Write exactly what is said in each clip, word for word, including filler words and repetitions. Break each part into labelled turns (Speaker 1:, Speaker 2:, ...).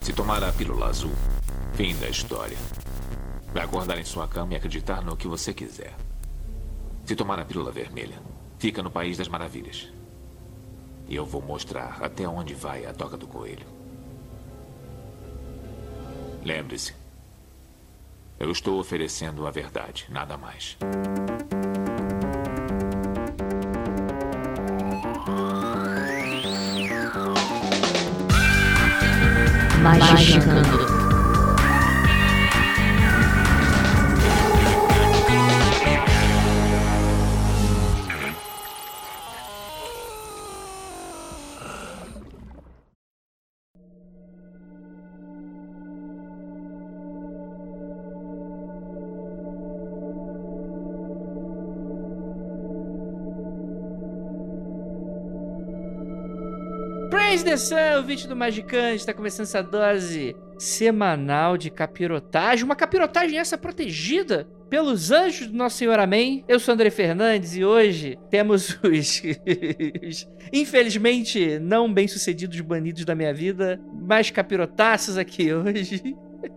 Speaker 1: Se tomar a pílula azul, fim da história. Vai acordar em sua cama e acreditar no que você quiser. Se tomar a pílula vermelha, fica no País das Maravilhas. E eu vou mostrar até onde vai a toca do coelho. Lembre-se, eu estou oferecendo a verdade, nada mais.
Speaker 2: Magicando.
Speaker 3: Praise the Sun, o vídeo do Magicante, está começando essa dose semanal de capirotagem. Uma capirotagem essa protegida pelos anjos do Nosso Senhor Amém. Eu sou André Fernandes e hoje temos os, os infelizmente não bem-sucedidos banidos da minha vida, mais capirotaços aqui hoje.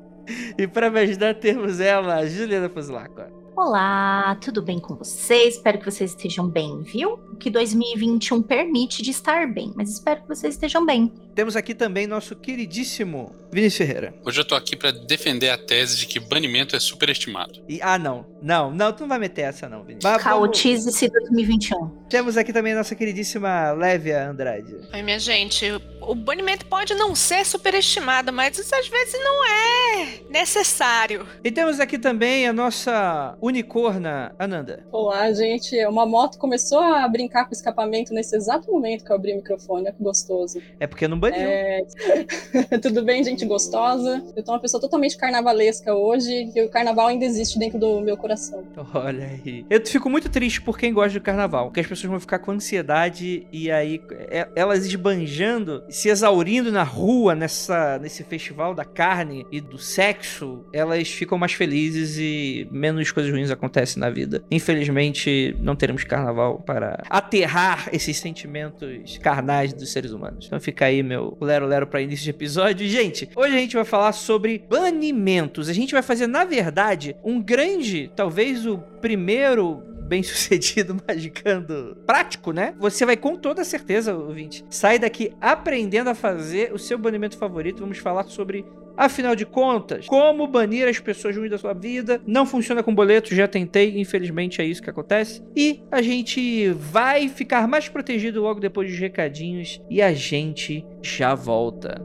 Speaker 3: E para me ajudar temos ela, Juliana Fuzlaco.
Speaker 2: Olá, tudo bem com vocês? Espero que vocês estejam bem, viu? O que dois mil e vinte e um permite de estar bem, mas espero que vocês estejam bem.
Speaker 3: Temos aqui também nosso queridíssimo Vinícius Ferreira.
Speaker 4: Hoje eu tô aqui pra defender a tese de que banimento é superestimado.
Speaker 3: E, ah, não. Não, não, tu não vai meter essa não, Vinícius.
Speaker 2: Caotize-se dois mil e vinte e um.
Speaker 3: Temos aqui também a nossa queridíssima Lévia Andrade.
Speaker 5: Oi, minha gente. O banimento pode não ser superestimado, mas isso às vezes não é necessário.
Speaker 3: E temos aqui também a nossa unicorna Ananda.
Speaker 6: Olá, gente. Uma moto começou a brincar com o escapamento nesse exato momento que eu abri o microfone. Olha que gostoso.
Speaker 3: É porque não baniu.
Speaker 6: É... Tudo bem, gente gostosa? Eu tô uma pessoa totalmente carnavalesca hoje e o carnaval ainda existe dentro do meu coração.
Speaker 3: Olha aí. Eu fico muito triste por quem gosta do carnaval, porque as pessoas vão ficar com ansiedade e aí elas esbanjando, se exaurindo na rua, nessa, nesse festival da carne e do sexo, elas ficam mais felizes e menos coisas ruins acontecem na vida. Infelizmente, não teremos carnaval para aterrar esses sentimentos carnais dos seres humanos. Então fica aí meu lero-lero para início de episódio. Gente, hoje a gente vai falar sobre banimentos. A gente vai fazer, na verdade, um grande, talvez o primeiro bem-sucedido magicando prático, né? Você vai com toda certeza, ouvinte, sair daqui aprendendo a fazer o seu banimento favorito. Vamos falar sobre, afinal de contas, como banir as pessoas ruins da sua vida. Não funciona com boleto, já tentei, infelizmente é isso que acontece. E a gente vai ficar mais protegido logo depois dos recadinhos e a gente já volta.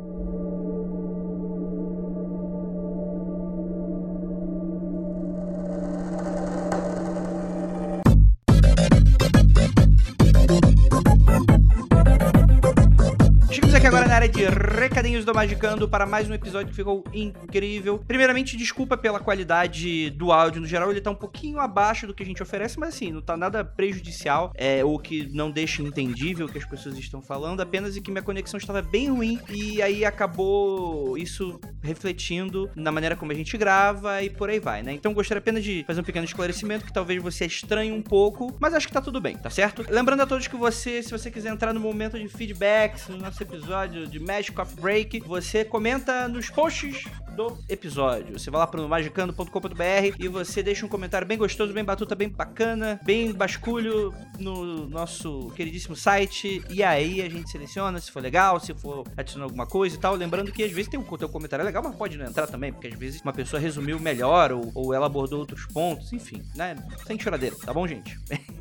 Speaker 3: Agora na área de recadinhos do Magicando para mais um episódio que ficou incrível. Primeiramente, desculpa pela qualidade do áudio no geral, ele tá um pouquinho abaixo do que a gente oferece, mas assim, não tá nada prejudicial, é, ou que não deixa entendível o que as pessoas estão falando, apenas é que minha conexão estava bem ruim e aí acabou isso refletindo na maneira como a gente grava e por aí vai, né? Então gostaria apenas de fazer um pequeno esclarecimento que talvez você estranhe um pouco, mas acho que tá tudo bem, tá certo? Lembrando a todos que você, se você quiser entrar no momento de feedbacks no nosso episódio de Magic Coffee Break, você comenta nos posts do episódio. Você vai lá pro magicando ponto com ponto b r e você deixa um comentário bem gostoso, bem batuta, bem bacana, bem basculho no nosso queridíssimo site, e aí a gente seleciona se for legal, se for adicionar alguma coisa e tal. Lembrando que às vezes tem um teu comentário legal, mas pode não entrar também, porque às vezes uma pessoa resumiu melhor ou, ou ela abordou outros pontos, enfim, né? Sem choradeira, tá bom, gente?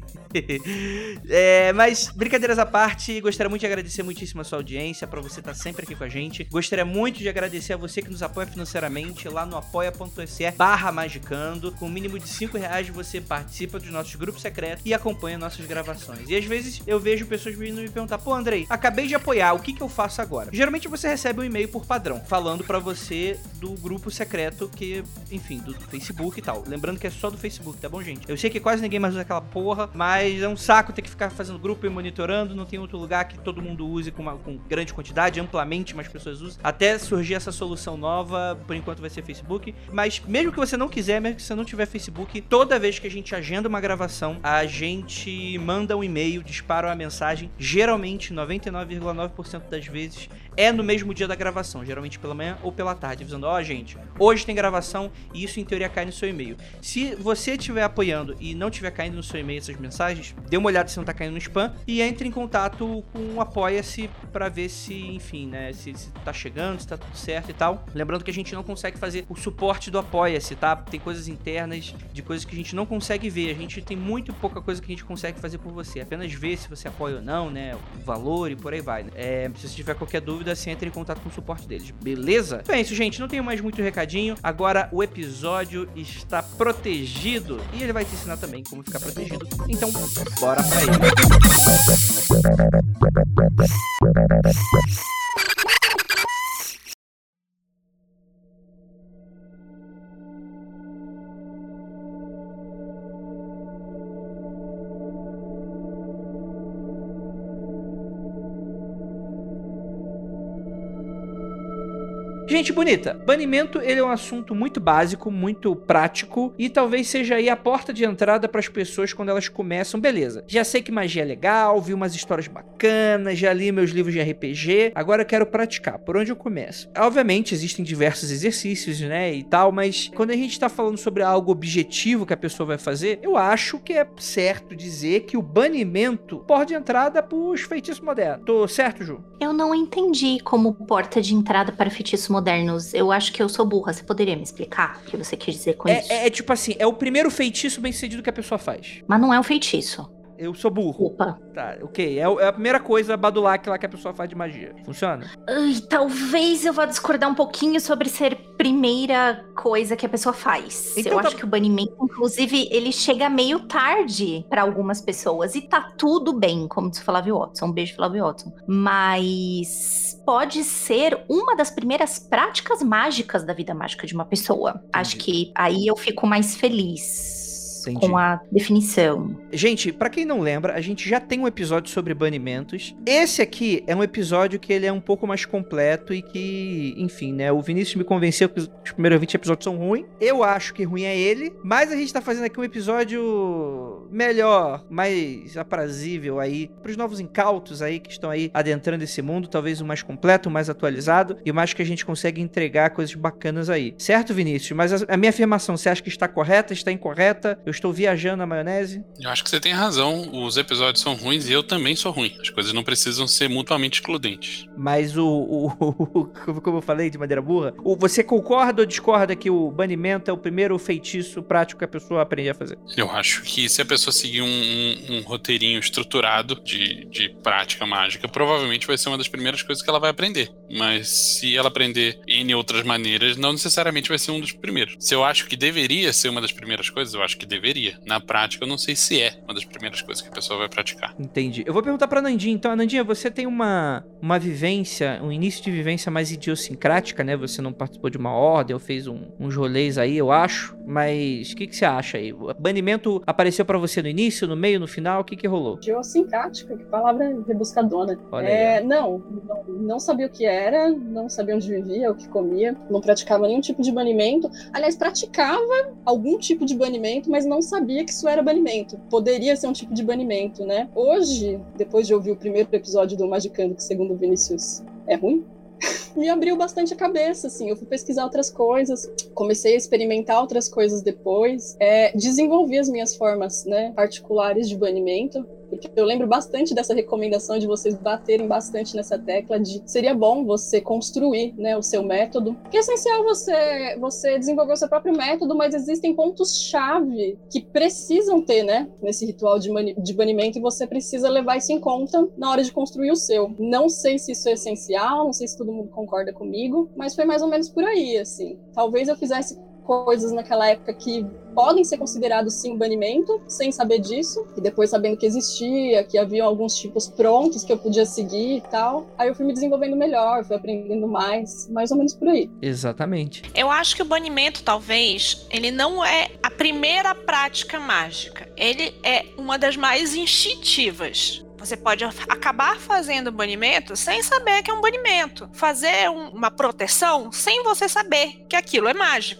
Speaker 3: É, mas, brincadeiras à parte, gostaria muito de agradecer muitíssimo a sua audiência, pra você estar sempre aqui com a gente. Gostaria muito de agradecer a você que nos apoia financeiramente lá no apoia.se barra magicando. Com o mínimo de cinco reais você participa dos nossos grupos secretos e acompanha nossas gravações. E às vezes eu vejo pessoas vindo me perguntar: pô, Andrei, acabei de apoiar, o que que eu faço agora? Geralmente você recebe um e-mail por padrão, falando pra você do grupo secreto que, enfim, do, do Facebook e tal. Lembrando que é só do Facebook, tá bom, gente? Eu sei que quase ninguém mais usa aquela porra, mas é um saco ter que ficar fazendo grupo e monitorando. Não tem outro lugar que todo mundo use com, uma, com grande quantidade, amplamente mais pessoas usam. Até surgir essa solução nova, por enquanto vai ser Facebook. Mas mesmo que você não quiser, mesmo que você não tiver Facebook, toda vez que a gente agenda uma gravação, a gente manda um e-mail, dispara uma mensagem. Geralmente, noventa e nove vírgula nove por cento das vezes, é no mesmo dia da gravação, geralmente pela manhã ou pela tarde, avisando, ó, oh, gente, hoje tem gravação e isso em teoria cai no seu e-mail. Se você estiver apoiando e não estiver caindo no seu e-mail essas mensagens, dê uma olhada se não tá caindo no spam e entre em contato com o Apoia-se pra ver se, enfim, né, se, se tá chegando, se tá tudo certo e tal. Lembrando que a gente não consegue fazer o suporte do Apoia-se, tá? Tem coisas internas de coisas que a gente não consegue ver. A gente tem muito pouca coisa que a gente consegue fazer por você. Apenas ver se você apoia ou não, né, o valor e por aí vai, né? É, se você tiver qualquer dúvida, você entra em contato com o suporte deles, beleza? Então é isso, gente, não tenho mais muito recadinho. Agora o episódio está protegido e ele vai te ensinar também como ficar protegido. Então, bora pra ele. Gente bonita, banimento ele é um assunto muito básico, muito prático e talvez seja aí a porta de entrada para as pessoas quando elas começam, beleza, já sei que magia é legal, vi umas histórias bacanas, já li meus livros de R P G, agora eu quero praticar, por onde eu começo? Obviamente existem diversos exercícios, né, e tal, mas quando a gente tá falando sobre algo objetivo que a pessoa vai fazer, eu acho que é certo dizer que o banimento porta de entrada pros feitiços modernos. Tô certo, Ju?
Speaker 2: Eu não entendi como porta de entrada para feitiços modernos. Eu acho que eu sou burra. Você poderia me explicar o que você quis dizer com
Speaker 3: é,
Speaker 2: isso?
Speaker 3: É, é tipo assim, é o primeiro feitiço bem sucedido que a pessoa faz.
Speaker 2: Mas não é um feitiço.
Speaker 3: Eu sou burro.
Speaker 2: Opa.
Speaker 3: Tá, ok. É, é a primeira coisa, badulac lá que a pessoa faz de magia. Funciona?
Speaker 2: Ai, talvez eu vá discordar um pouquinho sobre ser primeira coisa que a pessoa faz.
Speaker 3: Então
Speaker 2: eu
Speaker 3: tá...
Speaker 2: acho que o banimento, inclusive, ele chega meio tarde pra algumas pessoas. E tá tudo bem, como disse o Flávio Watson. Um beijo, Flávio Watson. Mas pode ser uma das primeiras práticas mágicas da vida mágica de uma pessoa. Entendi. Acho que aí eu fico mais feliz. Entendi. Com a definição.
Speaker 3: Gente, pra quem não lembra, a gente já tem um episódio sobre banimentos. Esse aqui é um episódio que ele é um pouco mais completo e que, enfim, né, o Vinícius me convenceu que os primeiros vinte episódios são ruins. Eu acho que ruim é ele, mas a gente tá fazendo aqui um episódio melhor, mais aprazível aí, pros novos incautos aí que estão aí adentrando esse mundo, talvez o mais completo, o mais atualizado e o mais que a gente consegue entregar coisas bacanas aí. Certo, Vinícius? Mas a, a minha afirmação, você acha que está correta, está incorreta? Eu estou viajando na maionese?
Speaker 4: Eu acho que você tem razão. Os episódios são ruins e eu também sou ruim. As coisas não precisam ser mutuamente excludentes.
Speaker 3: Mas o... o, o como eu falei de maneira burra, o, você concorda ou discorda que o banimento é o primeiro feitiço prático que a pessoa aprende a fazer?
Speaker 4: Eu acho que se a pessoa seguir um, um, um roteirinho estruturado de, de prática mágica, provavelmente vai ser uma das primeiras coisas que ela vai aprender. Mas se ela aprender em outras maneiras, não necessariamente vai ser um dos primeiros. Se eu acho que deveria ser uma das primeiras coisas, eu acho que deveria. Na prática, eu não sei se é uma das primeiras coisas que a pessoa vai praticar.
Speaker 3: Entendi. Eu vou perguntar pra Nandinha. Então, Nandinha, você tem uma, uma vivência, um início de vivência mais idiosincrática, né? Você não participou de uma ordem ou fez um, uns rolês aí, eu acho. Mas o que, que você acha aí? O banimento apareceu pra você no início, no meio, no final? O que que rolou?
Speaker 6: Idiosincrática, que palavra rebuscadona.
Speaker 3: Olha
Speaker 6: é,
Speaker 3: aí.
Speaker 6: Não, não, não sabia o que era, não sabia onde vivia, o que comia, não praticava nenhum tipo de banimento. Aliás, praticava algum tipo de banimento, mas não sabia que isso era banimento. Poderia ser um tipo de banimento, né? Hoje, depois de ouvir o primeiro episódio do Magicando, que segundo o Vinícius é ruim, me abriu bastante a cabeça, assim, eu fui pesquisar outras coisas, comecei a experimentar outras coisas depois, é, desenvolvi as minhas formas, né, particulares de banimento, porque eu lembro bastante dessa recomendação de vocês baterem bastante nessa tecla de seria bom você construir, né, o seu método, porque é essencial você, você desenvolver o seu próprio método, mas existem pontos-chave que precisam ter, né, nesse ritual de, de banimento e você precisa levar isso em conta na hora de construir o seu. Não sei se isso é essencial, não sei se todo mundo concorda comigo, mas foi mais ou menos por aí, assim. Talvez eu fizesse coisas naquela época que podem ser considerados sim banimento, sem saber disso, e depois sabendo que existia, que havia alguns tipos prontos que eu podia seguir e tal. Aí eu fui me desenvolvendo melhor, fui aprendendo mais, mais ou menos por aí.
Speaker 3: Exatamente.
Speaker 5: Eu acho que o banimento, talvez, ele não é a primeira prática mágica. Ele é uma das mais instintivas. Você pode acabar fazendo banimento sem saber que é um banimento. Fazer um, uma proteção sem você saber que aquilo é mágico.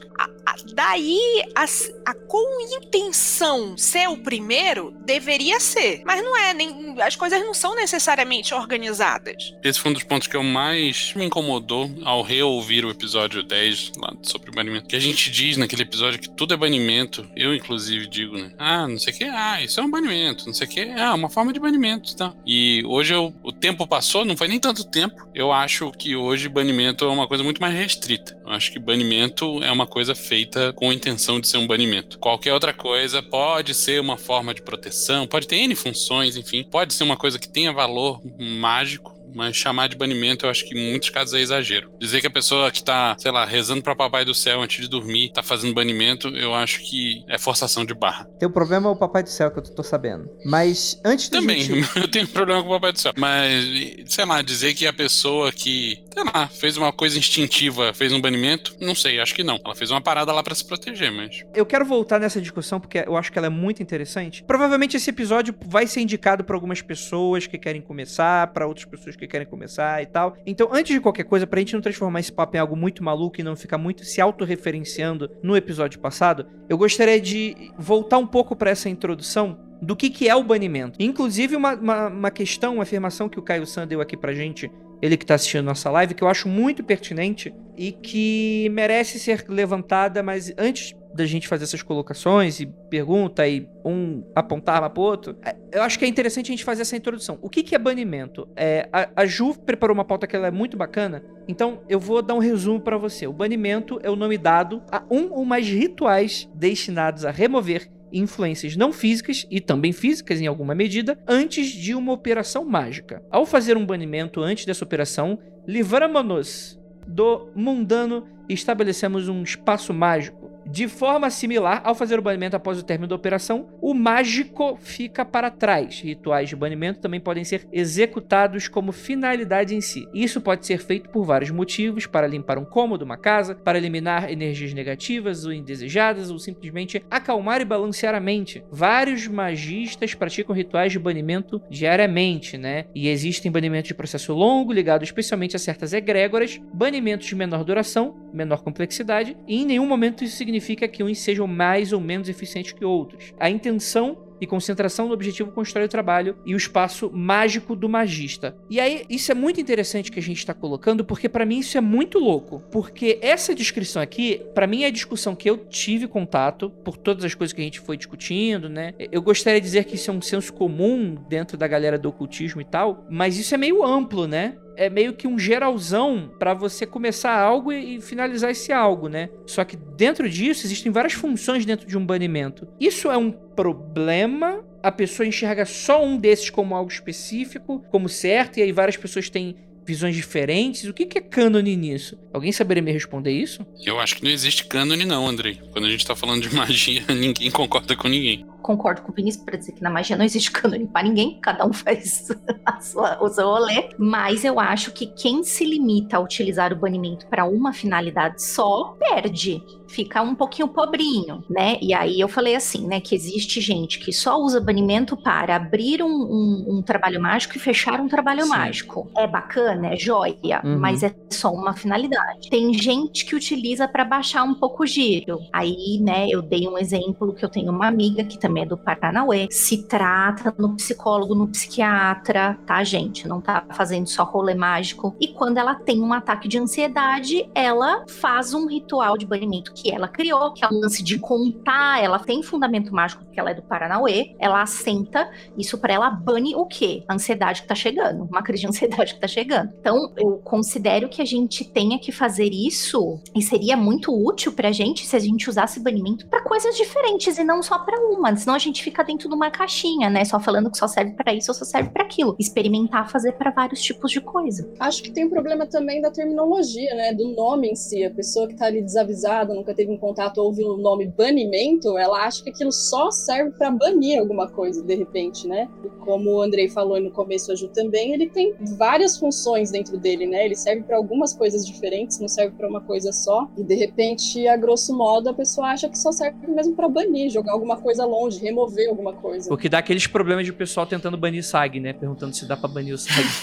Speaker 5: daí, a, a com intenção ser o primeiro, deveria ser. Mas não é, nem, as coisas não são necessariamente organizadas.
Speaker 4: Esse foi um dos pontos que eu mais me incomodou ao reouvir o episódio dez lá sobre banimento. Que a gente diz naquele episódio que tudo é banimento. Eu, inclusive, digo, né? Ah, não sei o que. Ah, isso é um banimento. Não sei o que. Ah, uma forma de banimento. Tá? E hoje eu, o tempo passou, não foi nem tanto tempo. Eu acho que hoje banimento é uma coisa muito mais restrita. Eu acho que banimento é uma coisa feita com a intenção de ser um banimento. Qualquer outra coisa pode ser uma forma de proteção, pode ter N funções, enfim. Pode ser uma coisa que tenha valor mágico, mas chamar de banimento eu acho que em muitos casos é exagero. Dizer que a pessoa que tá, sei lá, rezando pra Papai do Céu antes de dormir, tá fazendo banimento, eu acho que é forçação de barra.
Speaker 7: Teu problema é o Papai do Céu, que eu tô sabendo. Mas antes da
Speaker 4: Também,
Speaker 7: gente...
Speaker 4: eu tenho problema com o Papai do Céu. Mas, sei lá, dizer que a pessoa que, sei lá, fez uma coisa instintiva, fez um banimento, não sei, acho que não. Ela fez uma parada lá pra se proteger, mas...
Speaker 3: Eu quero voltar nessa discussão, porque eu acho que ela é muito interessante. Provavelmente esse episódio vai ser indicado pra algumas pessoas que querem começar, pra outras pessoas que querem começar e tal. Então, antes de qualquer coisa, pra gente não transformar esse papo em algo muito maluco e não ficar muito se autorreferenciando no episódio passado, eu gostaria de voltar um pouco pra essa introdução do que, que é o banimento. Inclusive, uma, uma, uma questão, uma afirmação que o Caio San deu aqui pra gente, ele que tá assistindo nossa live, que eu acho muito pertinente e que merece ser levantada, mas antes da gente fazer essas colocações e pergunta e um apontar para o outro, eu acho que é interessante a gente fazer essa introdução. O que, que é banimento? É, a, a Ju preparou uma pauta que ela é muito bacana, então eu vou dar um resumo para você. O banimento é o nome dado a um ou mais rituais destinados a remover influências não físicas e também físicas em alguma medida antes de uma operação mágica. Ao fazer um banimento antes dessa operação, livramos-nos do mundano e estabelecemos um espaço mágico. De forma similar, ao fazer o banimento após o término da operação, o mágico fica para trás. Rituais de banimento também podem ser executados como finalidade em si. Isso pode ser feito por vários motivos: para limpar um cômodo, uma casa, para eliminar energias negativas ou indesejadas, ou simplesmente acalmar e balancear a mente. Vários magistas praticam rituais de banimento diariamente, né? E existem banimentos de processo longo, ligados especialmente a certas egrégoras, banimentos de menor duração, menor complexidade, e em nenhum momento isso significa significa que uns sejam mais ou menos eficientes que outros. A intenção e concentração no objetivo constrói o trabalho e o espaço mágico do magista. E aí, isso é muito interessante que a gente está colocando, porque para mim isso é muito louco. Porque essa descrição aqui, para mim é a discussão que eu tive contato, por todas as coisas que a gente foi discutindo, né? Eu gostaria de dizer que isso é um senso comum dentro da galera do ocultismo e tal, mas isso é meio amplo, né? É meio que um geralzão para você começar algo e, e finalizar esse algo, né? Só que dentro disso existem várias funções dentro de um banimento. Isso é um problema? A pessoa enxerga só um desses como algo específico, como certo, e aí várias pessoas têm visões diferentes? O que, que é cânone nisso? Alguém saberia me responder isso?
Speaker 4: Eu acho que não existe cânone não, Andrei. Quando a gente tá falando de magia, ninguém concorda com ninguém.
Speaker 2: Concordo com o Vinícius para dizer que na magia não existe cânone para ninguém, cada um faz a sua, o seu rolê, mas eu acho que quem se limita a utilizar o banimento para uma finalidade só, perde, fica um pouquinho pobrinho, né? E aí eu falei assim, né, que existe gente que só usa banimento para abrir um, um, um trabalho mágico e fechar um trabalho Sim. mágico. É bacana, é joia, uhum. mas é só uma finalidade. Tem gente que utiliza para baixar um pouco o giro. Aí, né, eu dei um exemplo que eu tenho uma amiga que também é do Paranauê, se trata no psicólogo, no psiquiatra, tá, gente? Não tá fazendo só rolê mágico. E quando ela tem um ataque de ansiedade, ela faz um ritual de banimento que ela criou, que é um lance de contar. Ela tem fundamento mágico porque ela é do Paranauê. Ela assenta isso pra ela, bane o quê? A ansiedade que tá chegando, uma crise de ansiedade que tá chegando. Então, eu considero que a gente tenha que fazer isso, e seria muito útil pra gente se a gente usasse banimento pra coisas diferentes e não só pra uma. Senão a gente fica dentro de uma caixinha, né? Só falando que só serve pra isso ou só serve pra aquilo. Experimentar fazer pra vários tipos de coisa.
Speaker 6: Acho que tem um problema também da terminologia, né? Do nome em si. A pessoa que tá ali desavisada, nunca teve um contato, ouve o nome banimento, ela acha que aquilo só serve pra banir alguma coisa, de repente, né? E como o Andrei falou no começo, a Ju também, ele tem várias funções dentro dele, né? Ele serve pra algumas coisas diferentes, não serve pra uma coisa só. E de repente, a grosso modo, a pessoa acha que só serve mesmo pra banir, jogar alguma coisa longe, remover alguma coisa.
Speaker 3: O que dá aqueles problemas de o pessoal tentando banir S A G, né? Perguntando se dá pra banir o S A G.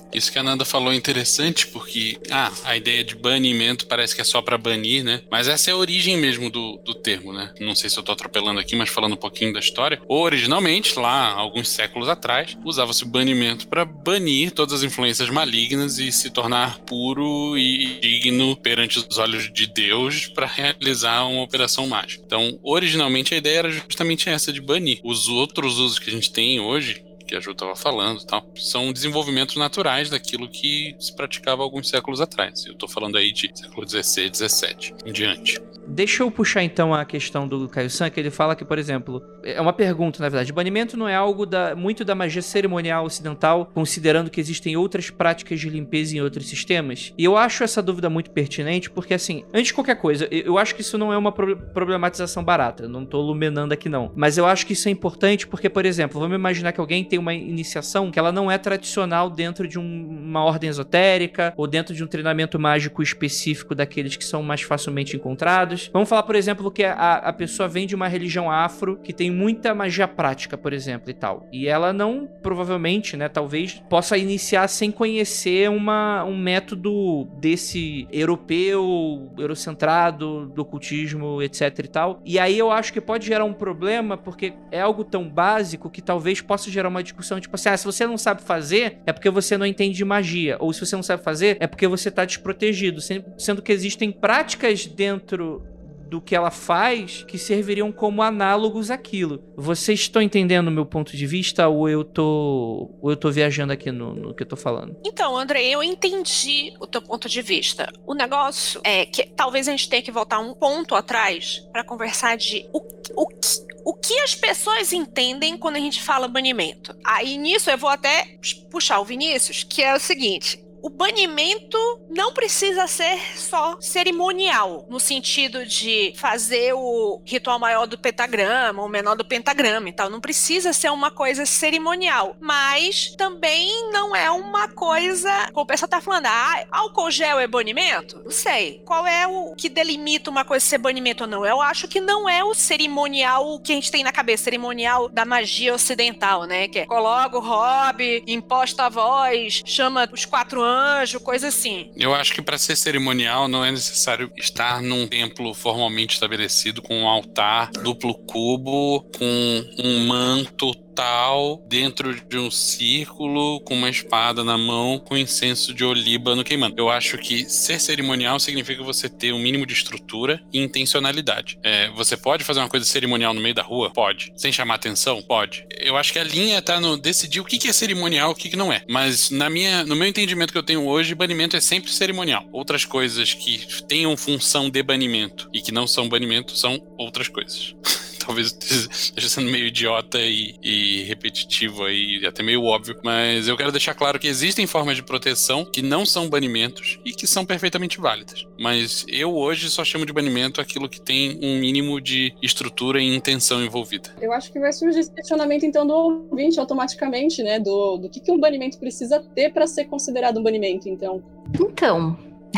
Speaker 4: Isso que a Nanda falou é interessante, porque ah, a ideia de banimento parece que é só pra banir, né? Mas essa é a origem mesmo do, do termo, né? Não sei se eu tô atropelando aqui, mas falando um pouquinho da história. Originalmente, lá, alguns séculos atrás, usava-se o banimento pra banir todas as influências malignas e se tornar puro e digno perante os olhos de Deus pra realizar uma operação mágica. Então, originalmente, a ideia era justamente essa de banir. Os outros usos que a gente tem hoje, que a Ju estava falando, tal, são desenvolvimentos naturais daquilo que se praticava alguns séculos atrás. Eu estou falando aí de século dezesseis, dezessete em diante.
Speaker 3: Deixa eu puxar então a questão do Caio-san, que ele fala que, por exemplo, é uma pergunta, na verdade, banimento não é algo da, muito da magia cerimonial ocidental, considerando que existem outras práticas de limpeza em outros sistemas? E eu acho essa dúvida muito pertinente, porque assim, antes de qualquer coisa, eu acho que isso não é uma problematização barata, não tô luminando aqui não, mas eu acho que isso é importante porque, por exemplo, vamos imaginar que alguém tem uma iniciação que ela não é tradicional dentro de um, uma ordem esotérica ou dentro de um treinamento mágico específico daqueles que são mais facilmente encontrados. Vamos falar, por exemplo, que a, a pessoa vem de uma religião afro que tem muita magia prática, por exemplo, e tal. E ela não, provavelmente, né, talvez possa iniciar sem conhecer uma, um método desse europeu, eurocentrado, do ocultismo, etc e tal. E aí eu acho que pode gerar um problema porque é algo tão básico que talvez possa gerar uma discussão, tipo assim, ah, se você não sabe fazer, é porque você não entende de magia. Ou se você não sabe fazer, é porque você tá desprotegido. Sendo que existem práticas dentro do que ela faz que serviriam como análogos àquilo. Vocês estão entendendo o meu ponto de vista ou eu tô, ou eu tô viajando aqui no, no que eu tô falando?
Speaker 5: Então, André, eu entendi o teu ponto de vista. O negócio é que talvez a gente tenha que voltar um ponto atrás para conversar de o, o que O que as pessoas entendem quando a gente fala banimento? Aí nisso eu vou até puxar o Vinícius, que é o seguinte: o banimento não precisa ser só cerimonial, no sentido de fazer o ritual maior do pentagrama, ou menor do pentagrama e tal. Não precisa ser uma coisa cerimonial, mas também não é uma coisa... Como o pessoal tá falando, ah, álcool gel é banimento? Não sei. Qual é o que delimita uma coisa ser banimento ou não? Eu acho que não é o cerimonial que a gente tem na cabeça, cerimonial da magia ocidental, né? Que é coloca o hobby, imposta a voz, chama os quatro anos, anjo, coisa assim.
Speaker 4: Eu acho que para ser cerimonial não é necessário estar num templo formalmente estabelecido com um altar duplo cubo, com um manto tal, dentro de um círculo, com uma espada na mão, com incenso de olíbano queimando. Eu acho que ser cerimonial significa você ter um mínimo de estrutura e intencionalidade. É, você pode fazer uma coisa cerimonial no meio da rua? Pode. Sem chamar atenção? Pode. Eu acho que a linha tá no decidir o que é cerimonial e o que não é. Mas na minha, no meu entendimento que eu tenho hoje, banimento é sempre cerimonial. Outras coisas que tenham função de banimento e que não são banimento são outras coisas. Talvez esteja sendo meio idiota e, e repetitivo aí, até meio óbvio, mas eu quero deixar claro que existem formas de proteção que não são banimentos e que são perfeitamente válidas. Mas eu hoje só chamo de banimento aquilo que tem um mínimo de estrutura e intenção envolvida.
Speaker 6: Eu acho que vai surgir esse questionamento então do ouvinte automaticamente, né, do, do que, que um banimento precisa ter para ser considerado um banimento, então.
Speaker 2: Então...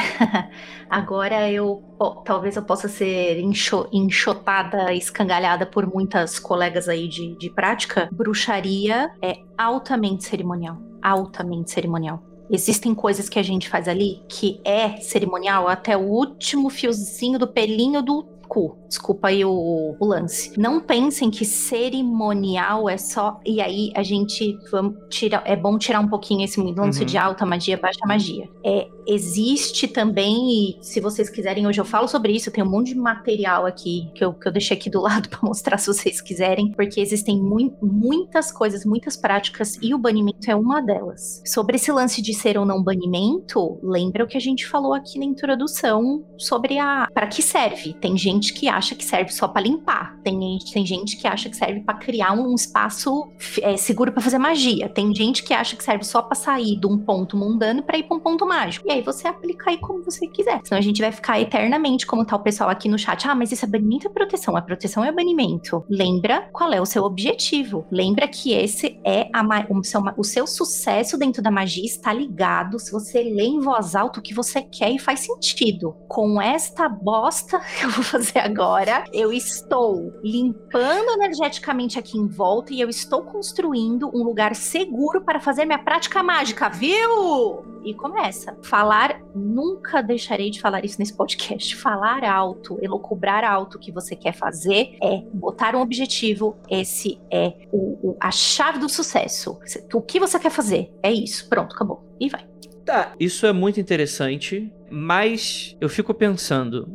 Speaker 2: Agora eu talvez eu possa ser enxo, enxotada, escangalhada por muitas colegas aí de, de prática. Bruxaria é altamente cerimonial, altamente cerimonial. Existem coisas que a gente faz ali que é cerimonial até o último fiozinho do pelinho do cu. Desculpa aí o, o lance. Não pensem que cerimonial é só... E aí a gente... Vamos tirar, é bom tirar um pouquinho esse lance uhum. de alta magia, baixa magia. É, existe também, e se vocês quiserem, hoje eu falo sobre isso, tem um monte de material aqui que eu, que eu deixei aqui do lado pra mostrar se vocês quiserem, porque existem mu- muitas coisas, muitas práticas, e o banimento é uma delas. Sobre esse lance de ser ou não banimento, lembra o que a gente falou aqui na introdução sobre a... Para que serve? Tem gente que acha que serve só pra limpar. Tem, tem gente que acha que serve pra criar um espaço é, seguro pra fazer magia. Tem gente que acha que serve só pra sair de um ponto mundano pra ir pra um ponto mágico. E aí você aplica aí como você quiser. Senão a gente vai ficar eternamente, como tá o pessoal aqui no chat. Ah, mas isso é banimento ou proteção? A proteção é banimento. Lembra qual é o seu objetivo. Lembra que esse é a, o, seu, o seu sucesso dentro da magia está ligado se você lê em voz alta o que você quer e faz sentido. Com esta bosta que eu vou fazer fazer agora. Eu estou limpando energeticamente aqui em volta e eu estou construindo um lugar seguro para fazer minha prática mágica, viu? E começa. Falar, nunca deixarei de falar isso nesse podcast. Falar alto, elocubrar alto o que você quer fazer é botar um objetivo. Esse é o, o, a chave do sucesso. O que você quer fazer? É isso. Pronto, acabou. E vai.
Speaker 3: Tá, isso é muito interessante, mas eu fico pensando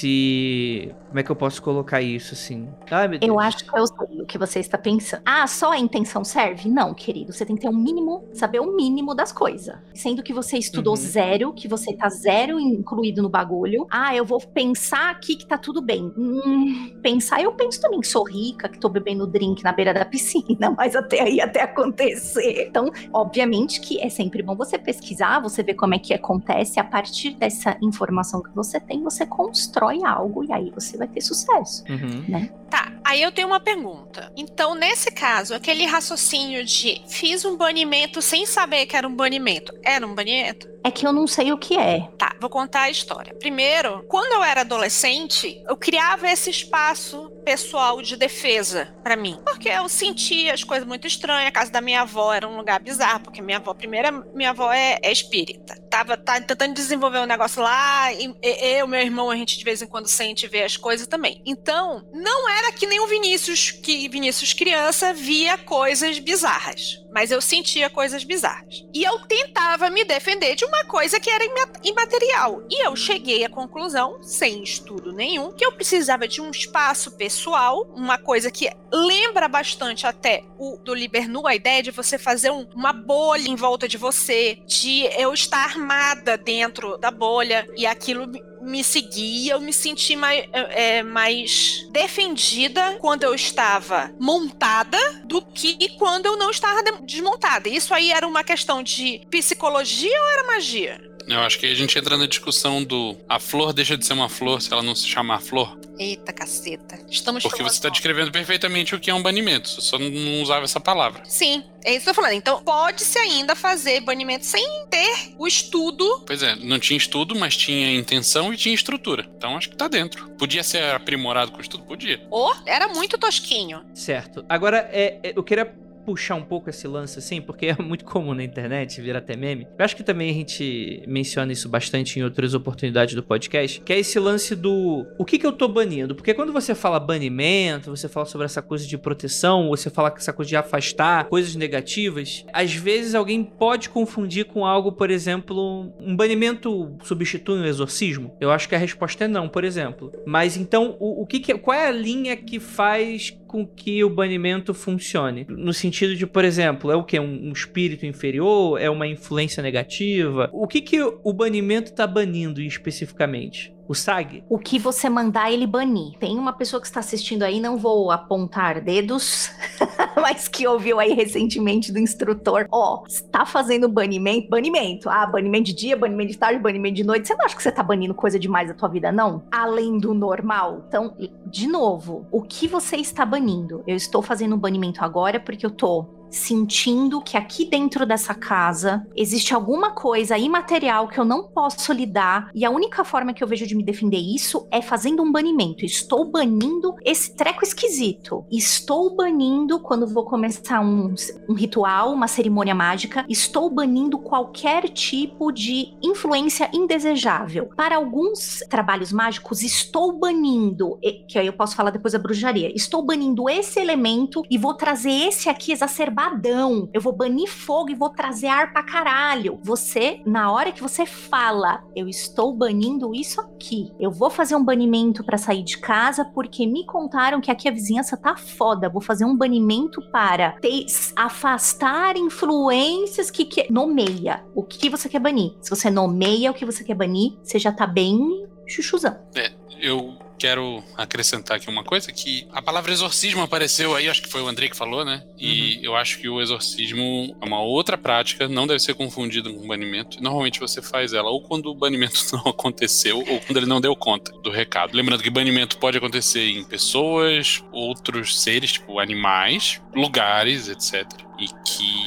Speaker 3: se... Como é que eu posso colocar isso, assim? Ai, meu Deus.
Speaker 2: Eu acho que eu sei o que você está pensando. Ah, só a intenção serve? Não, querido. Você tem que ter um mínimo, saber o mínimo das coisas. Sendo que você estudou
Speaker 3: Uhum.
Speaker 2: zero, que você tá zero incluído no bagulho. Ah, eu vou pensar aqui que tá tudo bem. Hum, pensar, eu penso também que sou rica, que tô bebendo drink na beira da piscina, mas até aí, até acontecer. Então, obviamente que é sempre bom você pesquisar, você ver como é que acontece. A partir dessa informação que você tem, você constrói algo e aí você vai ter sucesso,
Speaker 3: Uhum.
Speaker 2: né?
Speaker 5: Tá, aí eu tenho uma pergunta. Então, nesse caso, aquele raciocínio de fiz um banimento sem saber que era um banimento, era um banimento?
Speaker 2: É que eu não sei o que é.
Speaker 5: Tá, vou contar a história. Primeiro, quando eu era adolescente, eu criava esse espaço pessoal de defesa pra mim. Porque eu sentia as coisas muito estranhas. A casa da minha avó era um lugar bizarro, porque minha avó, primeiro, minha avó é, é espírita. Tava tá, tentando desenvolver um negócio lá, e, e eu, meu irmão, a gente de vez em quando sente ver as coisas também. Então, não era que nem o Vinícius, que Vinícius criança via coisas bizarras. Mas eu sentia coisas bizarras. E eu tentava me defender de uma coisa que era imaterial. E eu cheguei à conclusão, sem estudo nenhum, que eu precisava de um espaço pessoal, uma coisa que lembra bastante até o do Libernu, a ideia de você fazer um, uma bolha em volta de você, de eu estar armada dentro da bolha, e aquilo me seguia, eu me senti mais, é, mais defendida quando eu estava montada do que quando eu não estava desmontada. Isso aí era uma questão de psicologia ou era magia?
Speaker 4: Eu acho que a gente entra na discussão do a flor deixa de ser uma flor se ela não se chamar flor.
Speaker 5: Eita caceta. Estamos
Speaker 4: Porque você está descrevendo perfeitamente o que é um banimento, você só não usava essa palavra.
Speaker 5: Sim, é isso que eu tô falando. Então, pode-se ainda fazer banimento sem ter o estudo.
Speaker 4: Pois é, não tinha estudo, mas tinha intenção e tinha estrutura. Então acho que tá dentro. Podia ser aprimorado com estudo? Podia.
Speaker 5: Ou era muito tosquinho.
Speaker 3: Certo. Agora, é, é, eu queria puxar um pouco esse lance assim, porque é muito comum na internet, vira até meme. Eu acho que também a gente menciona isso bastante em outras oportunidades do podcast, que é esse lance do o que que eu tô banindo? Porque quando você fala banimento, você fala sobre essa coisa de proteção, você fala essa coisa de afastar coisas negativas, às vezes alguém pode confundir com algo, por exemplo, um banimento substitui um exorcismo? Eu acho que a resposta é não, por exemplo. Mas então, o, o que que, qual é a linha que faz com que o banimento funcione? No sentido de, por exemplo, é o quê? Um, um espírito inferior? É uma influência negativa? O que que o banimento tá banindo especificamente? O S A G?
Speaker 2: O que você mandar ele banir. Tem uma pessoa que está assistindo aí, não vou apontar dedos, mas que ouviu aí recentemente do instrutor. Ó, está fazendo banimento, banimento. Ah, banimento de dia, banimento de tarde, banimento de noite. Você não acha que você tá banindo coisa demais da tua vida, não? Além do normal? Então, de novo, o que você está banindo? Eu estou fazendo um banimento agora porque eu tô sentindo que aqui dentro dessa casa existe alguma coisa imaterial que eu não posso lidar, e a única forma que eu vejo de me defender isso é fazendo um banimento. Estou banindo esse treco esquisito. Estou banindo quando vou começar um, um ritual, uma cerimônia mágica. Estou banindo qualquer tipo de influência indesejável. Para alguns trabalhos mágicos, estou banindo, que aí eu posso falar depois da bruxaria, estou banindo esse elemento e vou trazer esse aqui exacerbado. Eu vou banir fogo e vou trazer ar pra caralho. Você, na hora que você fala, eu estou banindo isso aqui. Eu vou fazer um banimento pra sair de casa porque me contaram que aqui a vizinhança tá foda. Vou fazer um banimento para ter, afastar influências que, que... Nomeia o que você quer banir. Se você nomeia o que você quer banir, você já tá bem chuchuzão.
Speaker 4: É, eu... quero acrescentar aqui uma coisa, que a palavra exorcismo apareceu aí, acho que foi o Andrei que falou, né? E uhum. eu acho que o exorcismo é uma outra prática, não deve ser confundido com banimento. Normalmente você faz ela ou quando o banimento não aconteceu, ou quando ele não deu conta do recado. Lembrando que banimento pode acontecer em pessoas, outros seres, tipo animais, lugares, etcétera. E que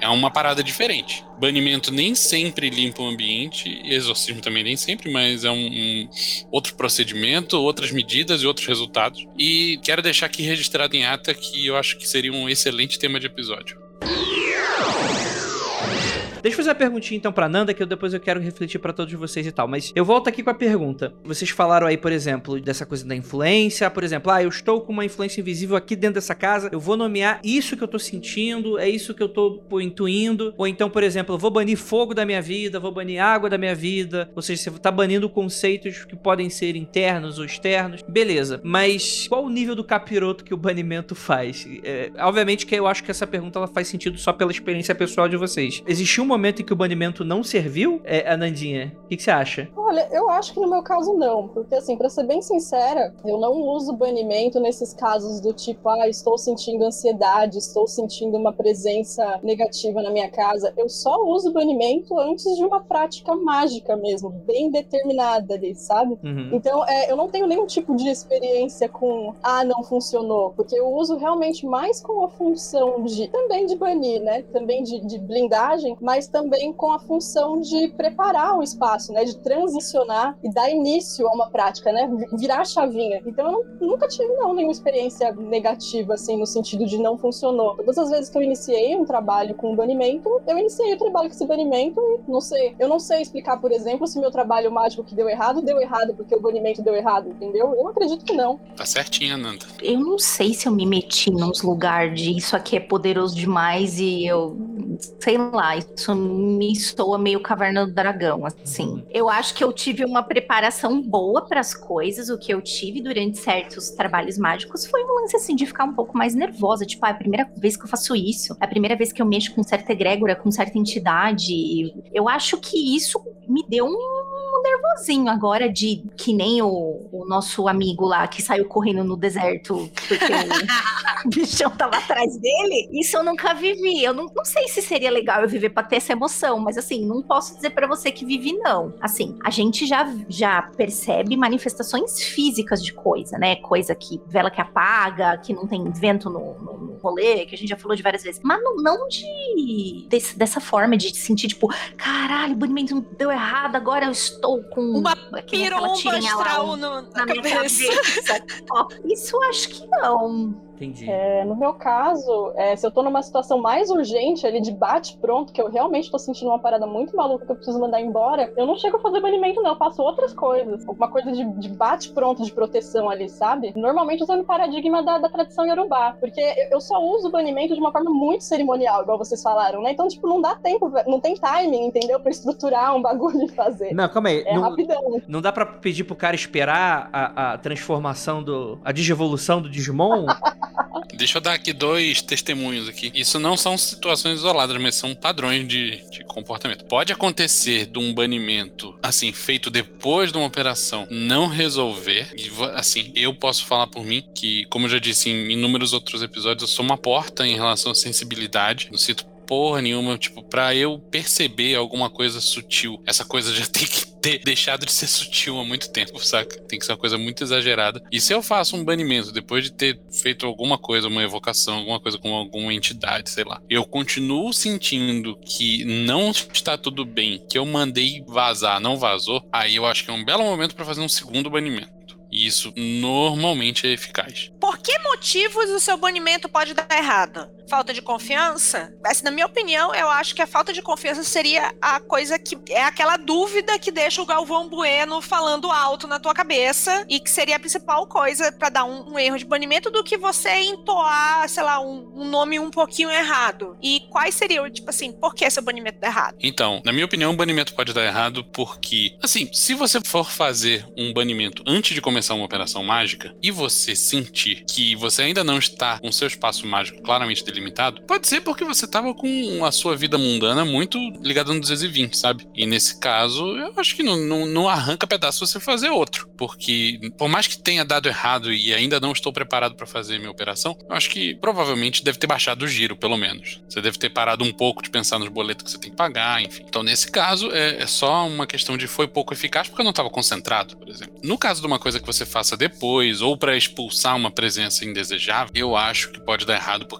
Speaker 4: é uma parada diferente. Banimento nem sempre limpa o ambiente, e exorcismo também nem sempre, mas é um, um outro procedimento, outras medidas e outros resultados. E quero deixar aqui registrado em ata que eu acho que seria um excelente tema de episódio.
Speaker 3: Deixa eu fazer uma perguntinha então pra Nanda, que eu, depois eu quero refletir pra todos vocês e tal. Mas eu volto aqui com a pergunta. Vocês falaram aí, por exemplo, dessa coisa da influência. Por exemplo, ah, eu estou com uma influência invisível aqui dentro dessa casa. Eu vou nomear isso que eu tô sentindo, é isso que eu tô pô, intuindo. Ou então, por exemplo, eu vou banir fogo da minha vida, vou banir água da minha vida. Ou seja, você tá banindo conceitos que podem ser internos ou externos. Beleza. Mas qual o nível do capiroto que o banimento faz? É, obviamente que eu acho que essa pergunta ela faz sentido só pela experiência pessoal de vocês. Existiu um momento em que o banimento não serviu, é, Anandinha? O que, que você acha?
Speaker 6: Olha, eu acho que no meu caso não, porque assim, pra ser bem sincera, eu não uso banimento nesses casos do tipo, ah, estou sentindo ansiedade, estou sentindo uma presença negativa na minha casa. Eu só uso banimento antes de uma prática mágica mesmo, bem determinada ali, sabe?
Speaker 3: Uhum.
Speaker 6: Então, é, eu não tenho nenhum tipo de experiência com, ah, não funcionou, porque eu uso realmente mais com a função de, também de banir, né? Também de, de blindagem, mas também com a função de preparar um espaço, né, de transicionar e dar início a uma prática, né, virar a chavinha. Então eu não, nunca tive não nenhuma experiência negativa assim no sentido de não funcionou. Todas as vezes que eu iniciei um trabalho com banimento, eu iniciei o trabalho com esse banimento e não sei, eu não sei explicar, por exemplo, se o meu trabalho mágico que deu errado, deu errado porque o banimento deu errado, entendeu? Eu acredito que não.
Speaker 4: Tá certinho, Nanda.
Speaker 2: Eu não sei se eu me meti nos lugares de isso aqui é poderoso demais e eu, sei lá, isso me soa meio Caverna do Dragão, assim. Eu acho que eu tive uma preparação boa para as coisas. O que eu tive durante certos trabalhos mágicos foi um lance, assim, de ficar um pouco mais nervosa. Tipo, ah, é a primeira vez que eu faço isso. É a primeira vez que eu mexo com certa egrégora, com certa entidade. Eu acho que isso me deu um nervosinho agora de que nem o, o nosso amigo lá que saiu correndo no deserto porque o bichão tava atrás dele. Isso eu nunca vivi. Eu não, não sei se seria legal eu viver pra ter essa emoção, mas assim, não posso dizer pra você que vivi, não. Assim, a gente já, já percebe manifestações físicas de coisa, né? Coisa que, vela que apaga, que não tem vento no, no, no rolê, que a gente já falou de várias vezes. Mas não, não de desse, dessa forma de sentir, tipo, caralho, o banimento não deu errado, agora eu estou com
Speaker 5: uma
Speaker 2: aquele- aquela
Speaker 5: piromba
Speaker 2: tirinha lá,
Speaker 5: astral
Speaker 2: um-
Speaker 5: no,
Speaker 2: na
Speaker 5: na
Speaker 2: minha
Speaker 5: cabeça.
Speaker 2: cabeça. Ó, isso acho que não.
Speaker 3: Entendi.
Speaker 6: É, no meu caso, é, se eu tô numa situação mais urgente ali de bate-pronto, que eu realmente tô sentindo uma parada muito maluca que eu preciso mandar embora, eu não chego a fazer banimento, não. Eu faço outras coisas. Alguma coisa de, de bate-pronto, de proteção ali, sabe? Normalmente usando o paradigma da, da tradição iorubá. Porque eu, eu só uso o banimento de uma forma muito cerimonial, igual vocês falaram, né? Então, tipo, não dá tempo, não tem timing, entendeu? Pra estruturar um bagulho e fazer.
Speaker 7: Não, calma aí.
Speaker 6: É
Speaker 7: não,
Speaker 6: rapidão.
Speaker 3: Não dá pra pedir pro cara esperar a, a transformação do... a digievolução do Digimon?
Speaker 4: Deixa eu dar aqui dois testemunhos aqui. Isso não são situações isoladas, mas são padrões de, de comportamento. Pode acontecer de um banimento, assim, feito depois de uma operação, não resolver. E, assim, eu posso falar por mim que, como eu já disse em inúmeros outros episódios, eu sou uma porta em relação à sensibilidade. Não sinto porra nenhuma, tipo, pra eu perceber alguma coisa sutil, essa coisa já tem que ter deixado de ser sutil há muito tempo, saca? Tem que ser uma coisa muito exagerada. E se eu faço um banimento depois de ter feito alguma coisa, uma evocação, alguma coisa com alguma entidade, sei lá, eu continuo sentindo que não está tudo bem, que eu mandei vazar, não vazou, aí eu acho que é um belo momento pra fazer um segundo banimento. E isso normalmente é eficaz.
Speaker 5: Por que motivos o seu banimento pode dar errado? Falta de confiança? Assim, na minha opinião, eu acho que a falta de confiança seria a coisa que... é aquela dúvida que deixa o Galvão Bueno falando alto na tua cabeça e que seria a principal coisa pra dar um, um erro de banimento do que você entoar, sei lá, um, um nome um pouquinho errado. E quais seriam, tipo assim, por que seu banimento dá errado?
Speaker 4: Então, na minha opinião, o banimento pode dar errado porque, assim, se você for fazer um banimento antes de começar uma operação mágica e você sentir que você ainda não está com seu espaço mágico claramente delimitado, pode ser porque você estava com a sua vida mundana muito ligada no duzentos e vinte, sabe? E nesse caso, eu acho que não, não, não arranca pedaço você fazer outro, porque por mais que tenha dado errado e ainda não estou preparado para fazer minha operação, eu acho que provavelmente deve ter baixado o giro, pelo menos. Você deve ter parado um pouco de pensar nos boletos que você tem que pagar, enfim. Então, nesse caso, é, é só uma questão de foi pouco eficaz porque eu não estava concentrado, por exemplo. No caso de uma coisa que você faça depois ou para expulsar uma presença indesejável, eu acho que pode dar errado porque você ainda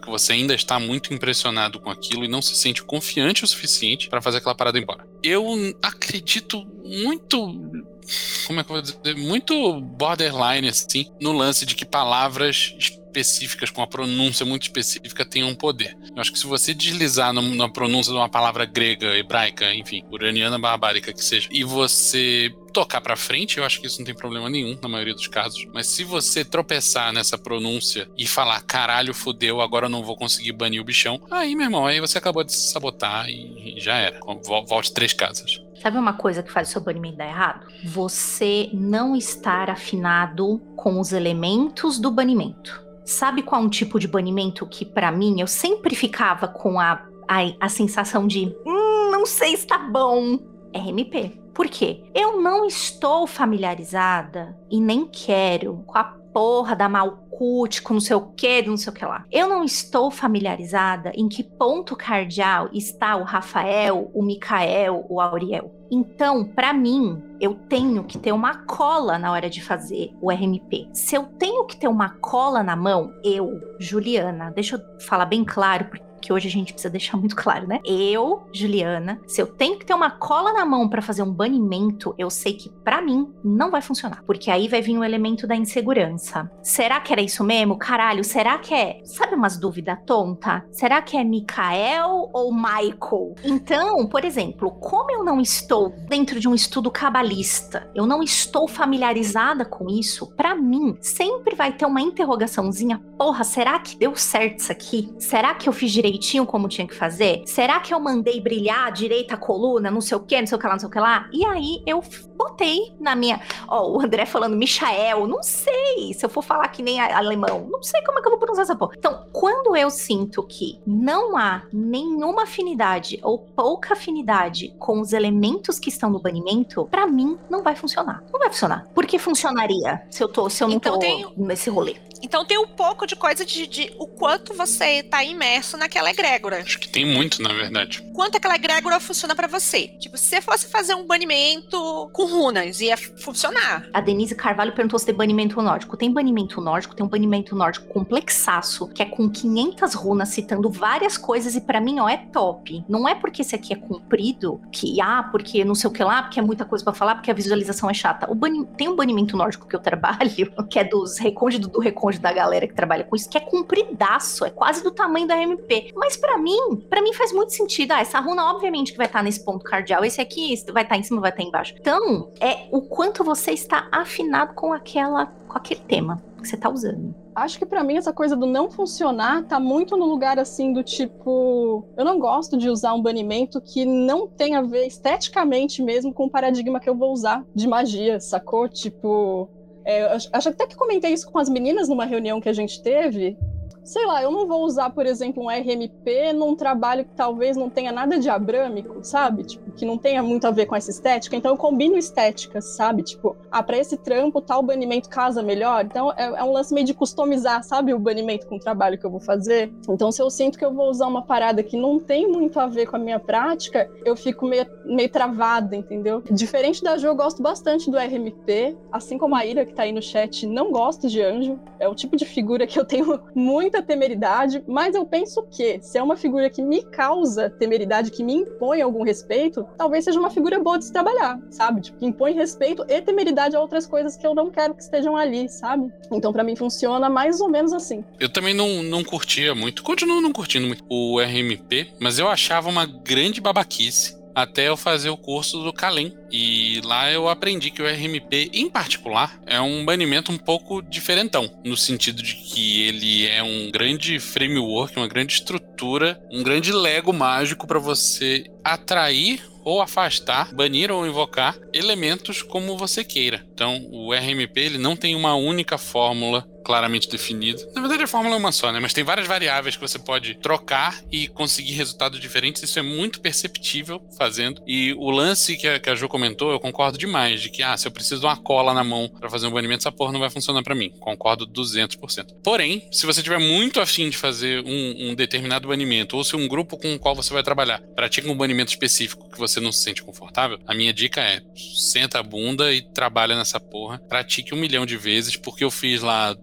Speaker 4: ainda está muito impressionado com aquilo e não se sente confiante o suficiente para fazer aquela parada embora. Eu acredito muito... Como é que eu vou dizer? Muito borderline, assim, no lance de que palavras específicas, com a pronúncia muito específica, tenham um poder. Eu acho que se você deslizar no, na pronúncia de uma palavra grega, hebraica, enfim, uraniana, barbárica que seja, e você tocar pra frente, eu acho que isso não tem problema nenhum, na maioria dos casos. Mas se você tropeçar nessa pronúncia e falar, caralho, fudeu, agora eu não vou conseguir banir o bichão, aí, meu irmão, aí você acabou de se sabotar e, e já era. Volte três casas.
Speaker 2: Sabe uma coisa que faz o seu banimento dar errado? Você não estar afinado com os elementos do banimento. Sabe qual é um tipo de banimento que, pra mim, eu sempre ficava com a, a, a sensação de hum, não sei se tá bom. R M P. Por quê? Eu não estou familiarizada e nem quero com a porra da Malkuth, com não sei o que, não sei o que lá. Eu não estou familiarizada em que ponto cardial está o Rafael, o Micael, o Auriel. Então, pra mim, eu tenho que ter uma cola na hora de fazer o R M P. Se eu tenho que ter uma cola na mão, eu, Juliana, deixa eu falar bem claro, porque que hoje a gente precisa deixar muito claro, né? Eu, Juliana, se eu tenho que ter uma cola na mão pra fazer um banimento, eu sei que pra mim não vai funcionar. Porque aí vai vir o elemento da insegurança. Será que era isso mesmo? Caralho, será que é... Sabe umas dúvidas tonta? Será que é Micael ou Michael? Então, por exemplo, como eu não estou dentro de um estudo cabalista, eu não estou familiarizada com isso, pra mim, sempre vai ter uma interrogaçãozinha. Porra, será que deu certo isso aqui? Será que eu fiz direito como tinha que fazer? Será que eu mandei brilhar direita a coluna, não sei o que, não sei o que lá, não sei o que lá? E aí eu botei na minha... Ó, oh, o André falando Michael, não sei se eu for falar que nem alemão, não sei como é que eu vou pronunciar essa porra. Então, quando eu sinto que não há nenhuma afinidade ou pouca afinidade com os elementos que estão no banimento, pra mim não vai funcionar. Não vai funcionar. Por que funcionaria se eu, tô, se eu não
Speaker 5: então
Speaker 2: tô
Speaker 5: tem...
Speaker 2: nesse rolê?
Speaker 5: Então tem um pouco de coisa de, de o quanto você tá imerso naquela egrégora.
Speaker 4: Acho que tem muito, na verdade.
Speaker 5: Quanto aquela egrégora funciona pra você. Tipo, se você fosse fazer um banimento com runas, ia funcionar.
Speaker 2: A Denise Carvalho perguntou se tem banimento nórdico. Tem banimento nórdico, tem um banimento nórdico complexaço, que é com quinhentas runas, citando várias coisas, e pra mim, ó, é top. Não é porque esse aqui é comprido, que, ah, porque não sei o que lá, porque é muita coisa pra falar, porque a visualização é chata. O bani... Tem um banimento nórdico que eu trabalho, que é dos recônditos do recôndito da galera que trabalha com isso, que é compridaço, é quase do tamanho da R M P. Mas pra mim, pra mim faz muito sentido. Ah, essa runa obviamente que vai estar nesse ponto cardial, esse aqui vai estar em cima, vai estar embaixo. Então, é o quanto você está afinado com aquela, com aquele tema que você tá usando.
Speaker 6: Acho que pra mim essa coisa do não funcionar tá muito no lugar assim do tipo... Eu não gosto de usar um banimento que não tem a ver esteticamente mesmo com o paradigma que eu vou usar de magia, sacou? Tipo... É, acho até que comentei isso com as meninas numa reunião que a gente teve. Sei lá, eu não vou usar, por exemplo, um R M P num trabalho que talvez não tenha nada de abrâmico, sabe? Tipo, que não tenha muito a ver com essa estética. Então eu combino estéticas, sabe? Tipo, ah, pra esse trampo tal banimento casa melhor. Então é, é um lance meio de customizar, sabe? O banimento com o trabalho que eu vou fazer. Então se eu sinto que eu vou usar uma parada que não tem muito a ver com a minha prática, eu fico meio, meio travada, entendeu? Diferente da Jo, eu gosto bastante do R M P. Assim como a Ira, que tá aí no chat, não gosta de anjo. É o tipo de figura que eu tenho muito muita temeridade, mas eu penso que se é uma figura que me causa temeridade, que me impõe algum respeito, talvez seja uma figura boa de se trabalhar, sabe? Tipo, que impõe respeito e temeridade a outras coisas que eu não quero que estejam ali, sabe? Então pra mim funciona mais ou menos assim.
Speaker 4: Eu também não, não curtia muito, continuo não curtindo muito o R M P, mas eu achava uma grande babaquice até eu fazer o curso do Kalem. E lá eu aprendi que o R M P, em particular, é um banimento um pouco diferentão, no sentido de que ele é um grande framework, uma grande estrutura, um grande Lego mágico para você atrair ou afastar, banir ou invocar elementos como você queira. Então, o R M P ele não tem uma única fórmula claramente definida. Na verdade, a fórmula é uma só, né? Mas tem várias variáveis que você pode trocar e conseguir resultados diferentes. Isso é muito perceptível fazendo. E o lance que a, que a Jo comentou, eu concordo demais, de que, ah, se eu preciso de uma cola na mão pra fazer um banimento, essa porra não vai funcionar pra mim. Concordo duzentos por cento. Porém, se você tiver muito afim de fazer um, um determinado banimento, ou se um grupo com o qual você vai trabalhar pratica um banimento específico que você não se sente confortável, a minha dica é, senta a bunda e trabalha nessa porra. Pratique um milhão de vezes, porque eu fiz lá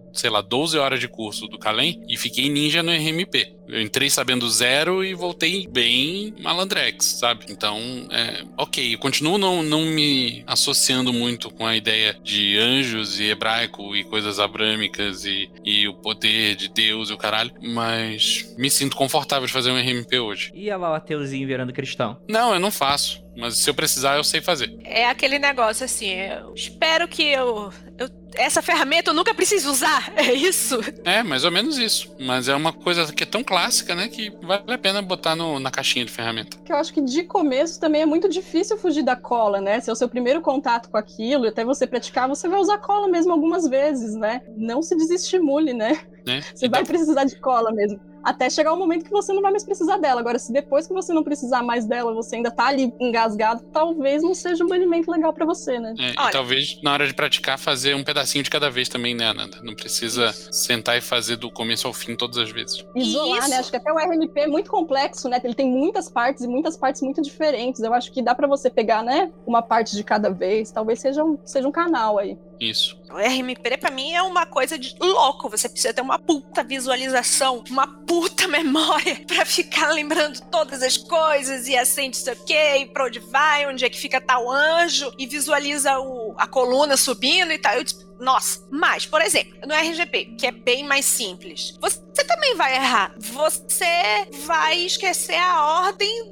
Speaker 4: sei lá, doze horas de curso do Kallen e fiquei ninja no R M P. Eu entrei sabendo zero e voltei bem malandrex, sabe? Então, é, ok, eu continuo não, não me associando muito com a ideia de anjos e hebraico e coisas abrâmicas e, e o poder de Deus e o caralho, mas me sinto confortável de fazer um R M P hoje.
Speaker 3: E olha lá o ateuzinho virando cristão.
Speaker 4: Não, eu não faço, mas se eu precisar, eu sei fazer.
Speaker 5: É aquele negócio assim, eu espero que eu, eu essa ferramenta eu nunca preciso usar, é isso?
Speaker 4: É, mais ou menos isso. Mas é uma coisa que é tão clássica, né, que vale a pena botar no, na caixinha de ferramenta.
Speaker 6: Que eu acho que de começo também é muito difícil fugir da cola, né? Se é o seu primeiro contato com aquilo e até você praticar, você vai usar cola mesmo algumas vezes, né? Não se desestimule, né?
Speaker 4: Né?
Speaker 6: Você
Speaker 4: Então,
Speaker 6: vai precisar de cola mesmo. Até chegar o momento que você não vai mais precisar dela. Agora, se depois que você não precisar mais dela, você ainda tá ali engasgado, talvez não seja um banimento legal pra você, né?
Speaker 4: É,
Speaker 5: Olha.
Speaker 4: e talvez na hora de praticar fazer um pedacinho de cada vez também, né, Ananda? Não precisa sentar e fazer do começo ao fim todas as vezes.
Speaker 6: Isolar,
Speaker 5: Isso.
Speaker 6: né? Acho que até o R M P é muito complexo, né? Ele tem muitas partes e muitas partes muito diferentes. Eu acho que dá pra você pegar, né, uma parte de cada vez. Talvez seja um, seja um canal aí.
Speaker 4: Isso.
Speaker 5: O R M P pra mim é uma coisa de louco. Você precisa ter uma puta visualização, uma puta memória pra ficar lembrando todas as coisas e assim, não sei o quê, e pra onde vai, onde é que fica tal anjo, e visualiza o, a coluna subindo e tal. Eu, tipo, nossa, mas, por exemplo, no R G P, que é bem mais simples, você também vai errar. Você vai esquecer a ordem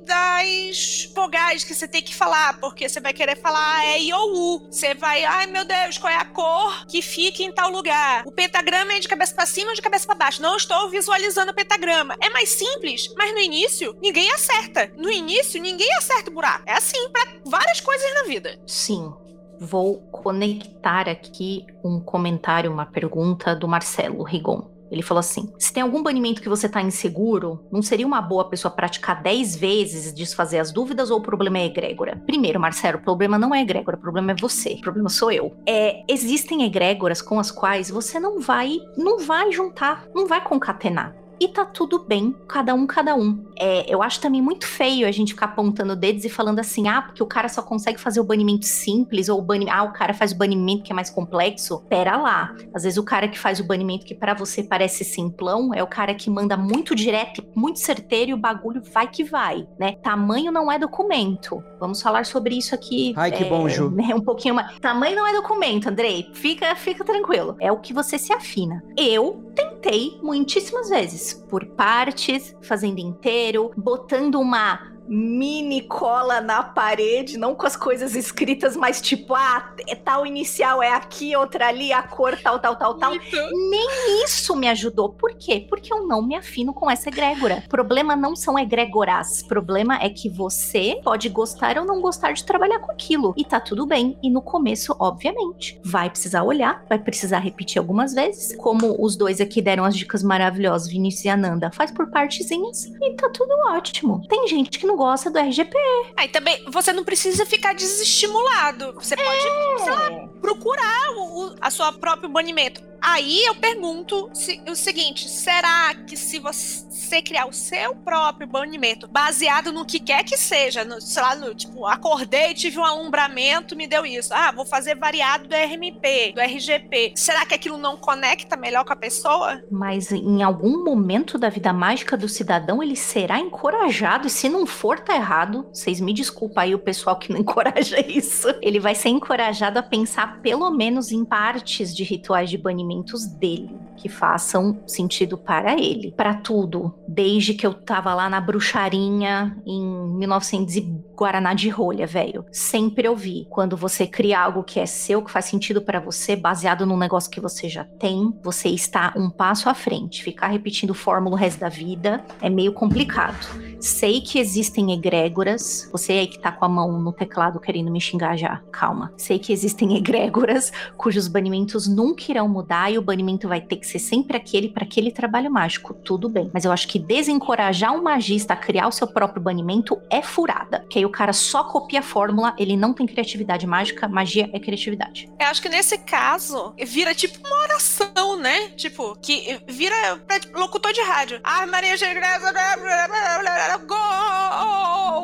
Speaker 5: das vogais que você tem que falar, porque você vai querer falar E, I ou U. Você vai, ai meu Deus, qual é a cor que fica em tal lugar? O pentagrama é de cabeça pra cima ou de cabeça pra baixo? Não estou visualizando o pentagrama. É mais simples, mas no início, ninguém acerta. No início, ninguém acerta o buraco. É assim pra várias coisas na vida.
Speaker 2: Sim. Vou conectar aqui um comentário, uma pergunta do Marcelo Rigon. Ele falou assim: se tem algum banimento que você tá inseguro, não seria uma boa pessoa praticar dez vezes, desfazer as dúvidas, ou o problema é egrégora? Primeiro, Marcelo, o problema não é egrégora, o problema é você, o problema sou eu. É, existem egrégoras com as quais você não vai, não vai juntar, não vai concatenar. E tá tudo bem, cada um, cada um. É, eu acho também muito feio a gente ficar apontando dedos e falando assim, ah, porque o cara só consegue fazer o banimento simples, ou o banimento, ah, o cara faz o banimento que é mais complexo. Pera lá, às vezes o cara que faz o banimento que pra você parece simplão, é o cara que manda muito direto, muito certeiro, e o bagulho vai que vai, né? Tamanho não é documento. Vamos falar sobre isso aqui.
Speaker 7: Ai, que
Speaker 2: é,
Speaker 7: bom, Ju.
Speaker 2: Né, um pouquinho mais. Tamanho não é documento, Andrei. Fica, fica tranquilo. É o que você se afina. Eu tentei muitíssimas vezes, por partes, fazendo inteiro, botando uma mini cola na parede, não com as coisas escritas, mas tipo, ah, é tal inicial é aqui, outra ali, a cor tal, tal, tal, tal.
Speaker 5: Então...
Speaker 2: Nem isso me ajudou. Por quê? Porque eu não me afino com essa egrégora. O problema não são egrégoras. O problema é que você pode gostar ou não gostar de trabalhar com aquilo. E tá tudo bem. E no começo, obviamente, vai precisar olhar, vai precisar repetir algumas vezes. Como os dois aqui deram as dicas maravilhosas, Vinícius e Ananda, faz por partezinhas e tá tudo ótimo. Tem gente que não gosta do R G P.
Speaker 5: Aí também, você não precisa ficar desestimulado. Você pode,
Speaker 2: É.
Speaker 5: sei lá, procurar o, o a sua próprio banimento. Aí eu pergunto se, o seguinte, será que se você criar o seu próprio banimento, baseado no que quer que seja, no, sei lá, no, tipo, acordei, tive um alumbramento, me deu isso. Ah, vou fazer variado do R M P, do R G P. Será que aquilo não conecta melhor com a pessoa?
Speaker 2: Mas em algum momento da vida mágica do cidadão, ele será encorajado, e se não for, tá errado. Vocês me desculpem aí o pessoal que não encoraja isso. Ele vai ser encorajado a pensar pelo menos em partes de rituais de banimento dele, que façam sentido para ele. Para tudo, desde que eu tava lá na bruxarinha em mil e novecentos e Guaraná de rolha, velho. Sempre ouvi. Quando você cria algo que é seu, que faz sentido para você, baseado num negócio que você já tem, você está um passo à frente. Ficar repetindo fórmula o resto da vida é meio complicado. Sei que existem egrégoras. Você aí que tá com a mão no teclado querendo me xingar já, calma. Sei que existem egrégoras cujos banimentos nunca irão mudar e o banimento vai ter que ser sempre aquele para aquele trabalho mágico. Tudo bem. Mas eu acho que desencorajar um magista a criar o seu próprio banimento é furada. Que aí o cara só copia a fórmula, ele não tem criatividade mágica, magia é criatividade.
Speaker 5: Eu acho que nesse caso, vira tipo uma oração, né? Tipo, que vira pra, tipo, locutor de rádio. Ah, Maria de Graça, gol!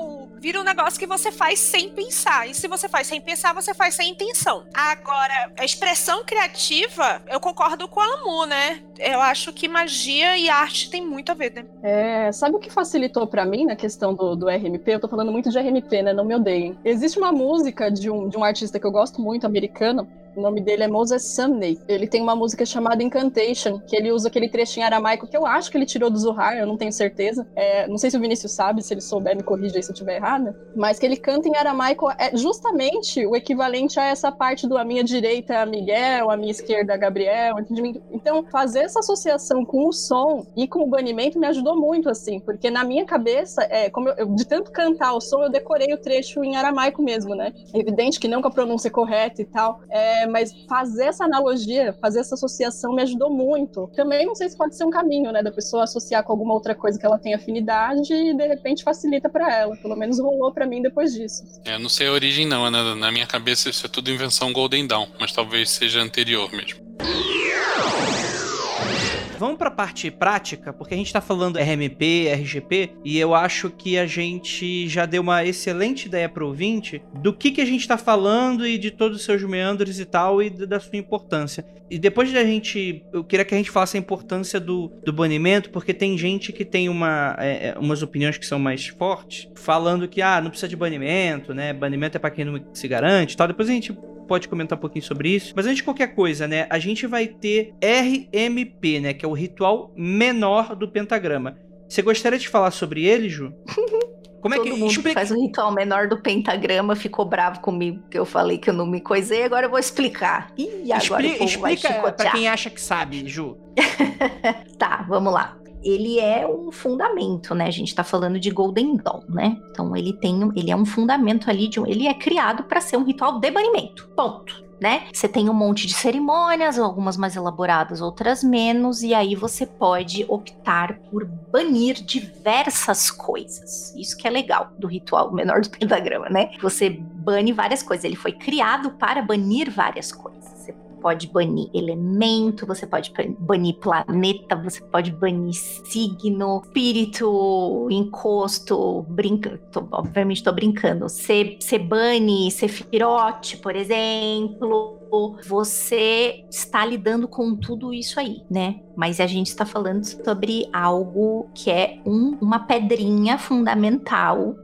Speaker 5: vira um negócio que você faz sem pensar. E se você faz sem pensar, você faz sem intenção. Agora, a expressão criativa, eu concordo com a Lamu, né? Eu acho que magia e arte tem muito a ver, né?
Speaker 6: É, sabe o que facilitou pra mim na questão do, do R M P? Eu tô falando muito de R M P, né? Não me odeiem. Existe uma música de um, de um artista que eu gosto muito, americano. O nome dele é Moses Sumney. Ele tem uma música chamada Incantation, que ele usa aquele trechinho aramaico que eu acho que ele tirou do Zuhar, eu não tenho certeza. É, não sei se o Vinícius sabe, se ele souber, me corrija aí se eu estiver errada. Mas que ele canta em aramaico é justamente o equivalente a essa parte do a minha direita é Miguel, a minha esquerda é Gabriel. Então, fazer essa associação com o som e com o banimento me ajudou muito, assim, porque na minha cabeça, é, como eu, de tanto cantar o som, eu decorei o trecho em aramaico mesmo, né? É evidente que não com a pronúncia correta e tal, é, mas fazer essa analogia, fazer essa associação me ajudou muito. Também não sei se pode ser um caminho, né, da pessoa associar com alguma outra coisa que ela tem afinidade e de repente facilita pra ela. Pelo menos rolou pra mim depois disso.
Speaker 4: É, não sei a origem não, né? Na minha cabeça isso é tudo invenção Golden Dawn, mas talvez seja anterior mesmo.
Speaker 3: Vamos para a parte prática, porque a gente está falando R M P, R G P, e eu acho que a gente já deu uma excelente ideia para o ouvinte do que, que a gente está falando e de todos os seus meandros e tal, e da sua importância. E depois da gente, eu queria que a gente falasse a importância do, do banimento, porque tem gente que tem uma, é, umas opiniões que são mais fortes, falando que, ah, não precisa de banimento, né, banimento é para quem não se garante e tal. Depois a gente pode comentar um pouquinho sobre isso. Mas antes de qualquer coisa, né, a gente vai ter R M P, né, que é o ritual menor do pentagrama. Você gostaria de falar sobre ele, Ju? Como é
Speaker 2: Todo
Speaker 3: que
Speaker 2: mundo
Speaker 3: explica...
Speaker 2: que faz o ritual menor do pentagrama ficou bravo comigo, que eu falei que eu não me coisei, agora eu vou explicar. Ih, agora
Speaker 3: Expli...
Speaker 2: o povo vai
Speaker 3: Explica
Speaker 2: chicotear.
Speaker 3: pra quem acha que sabe, Ju.
Speaker 2: Tá, vamos lá. Ele é um fundamento, né? A gente tá falando de Golden Dawn, né? Então ele tem, ele é um fundamento ali, de um, ele é criado para ser um ritual de banimento, ponto. Né? Você tem um monte de cerimônias, algumas mais elaboradas, outras menos, e aí você pode optar por banir diversas coisas. Isso que é legal do ritual menor do pentagrama, né? Você bane várias coisas. Ele foi criado para banir várias coisas. Você pode banir elemento, você pode banir planeta, você pode banir signo, espírito, encosto, brinca, tô, obviamente estou brincando. Você, você bane Sephiroth, por exemplo. Você está lidando com tudo isso aí, né? Mas a gente está falando sobre algo que é um, uma pedrinha fundamental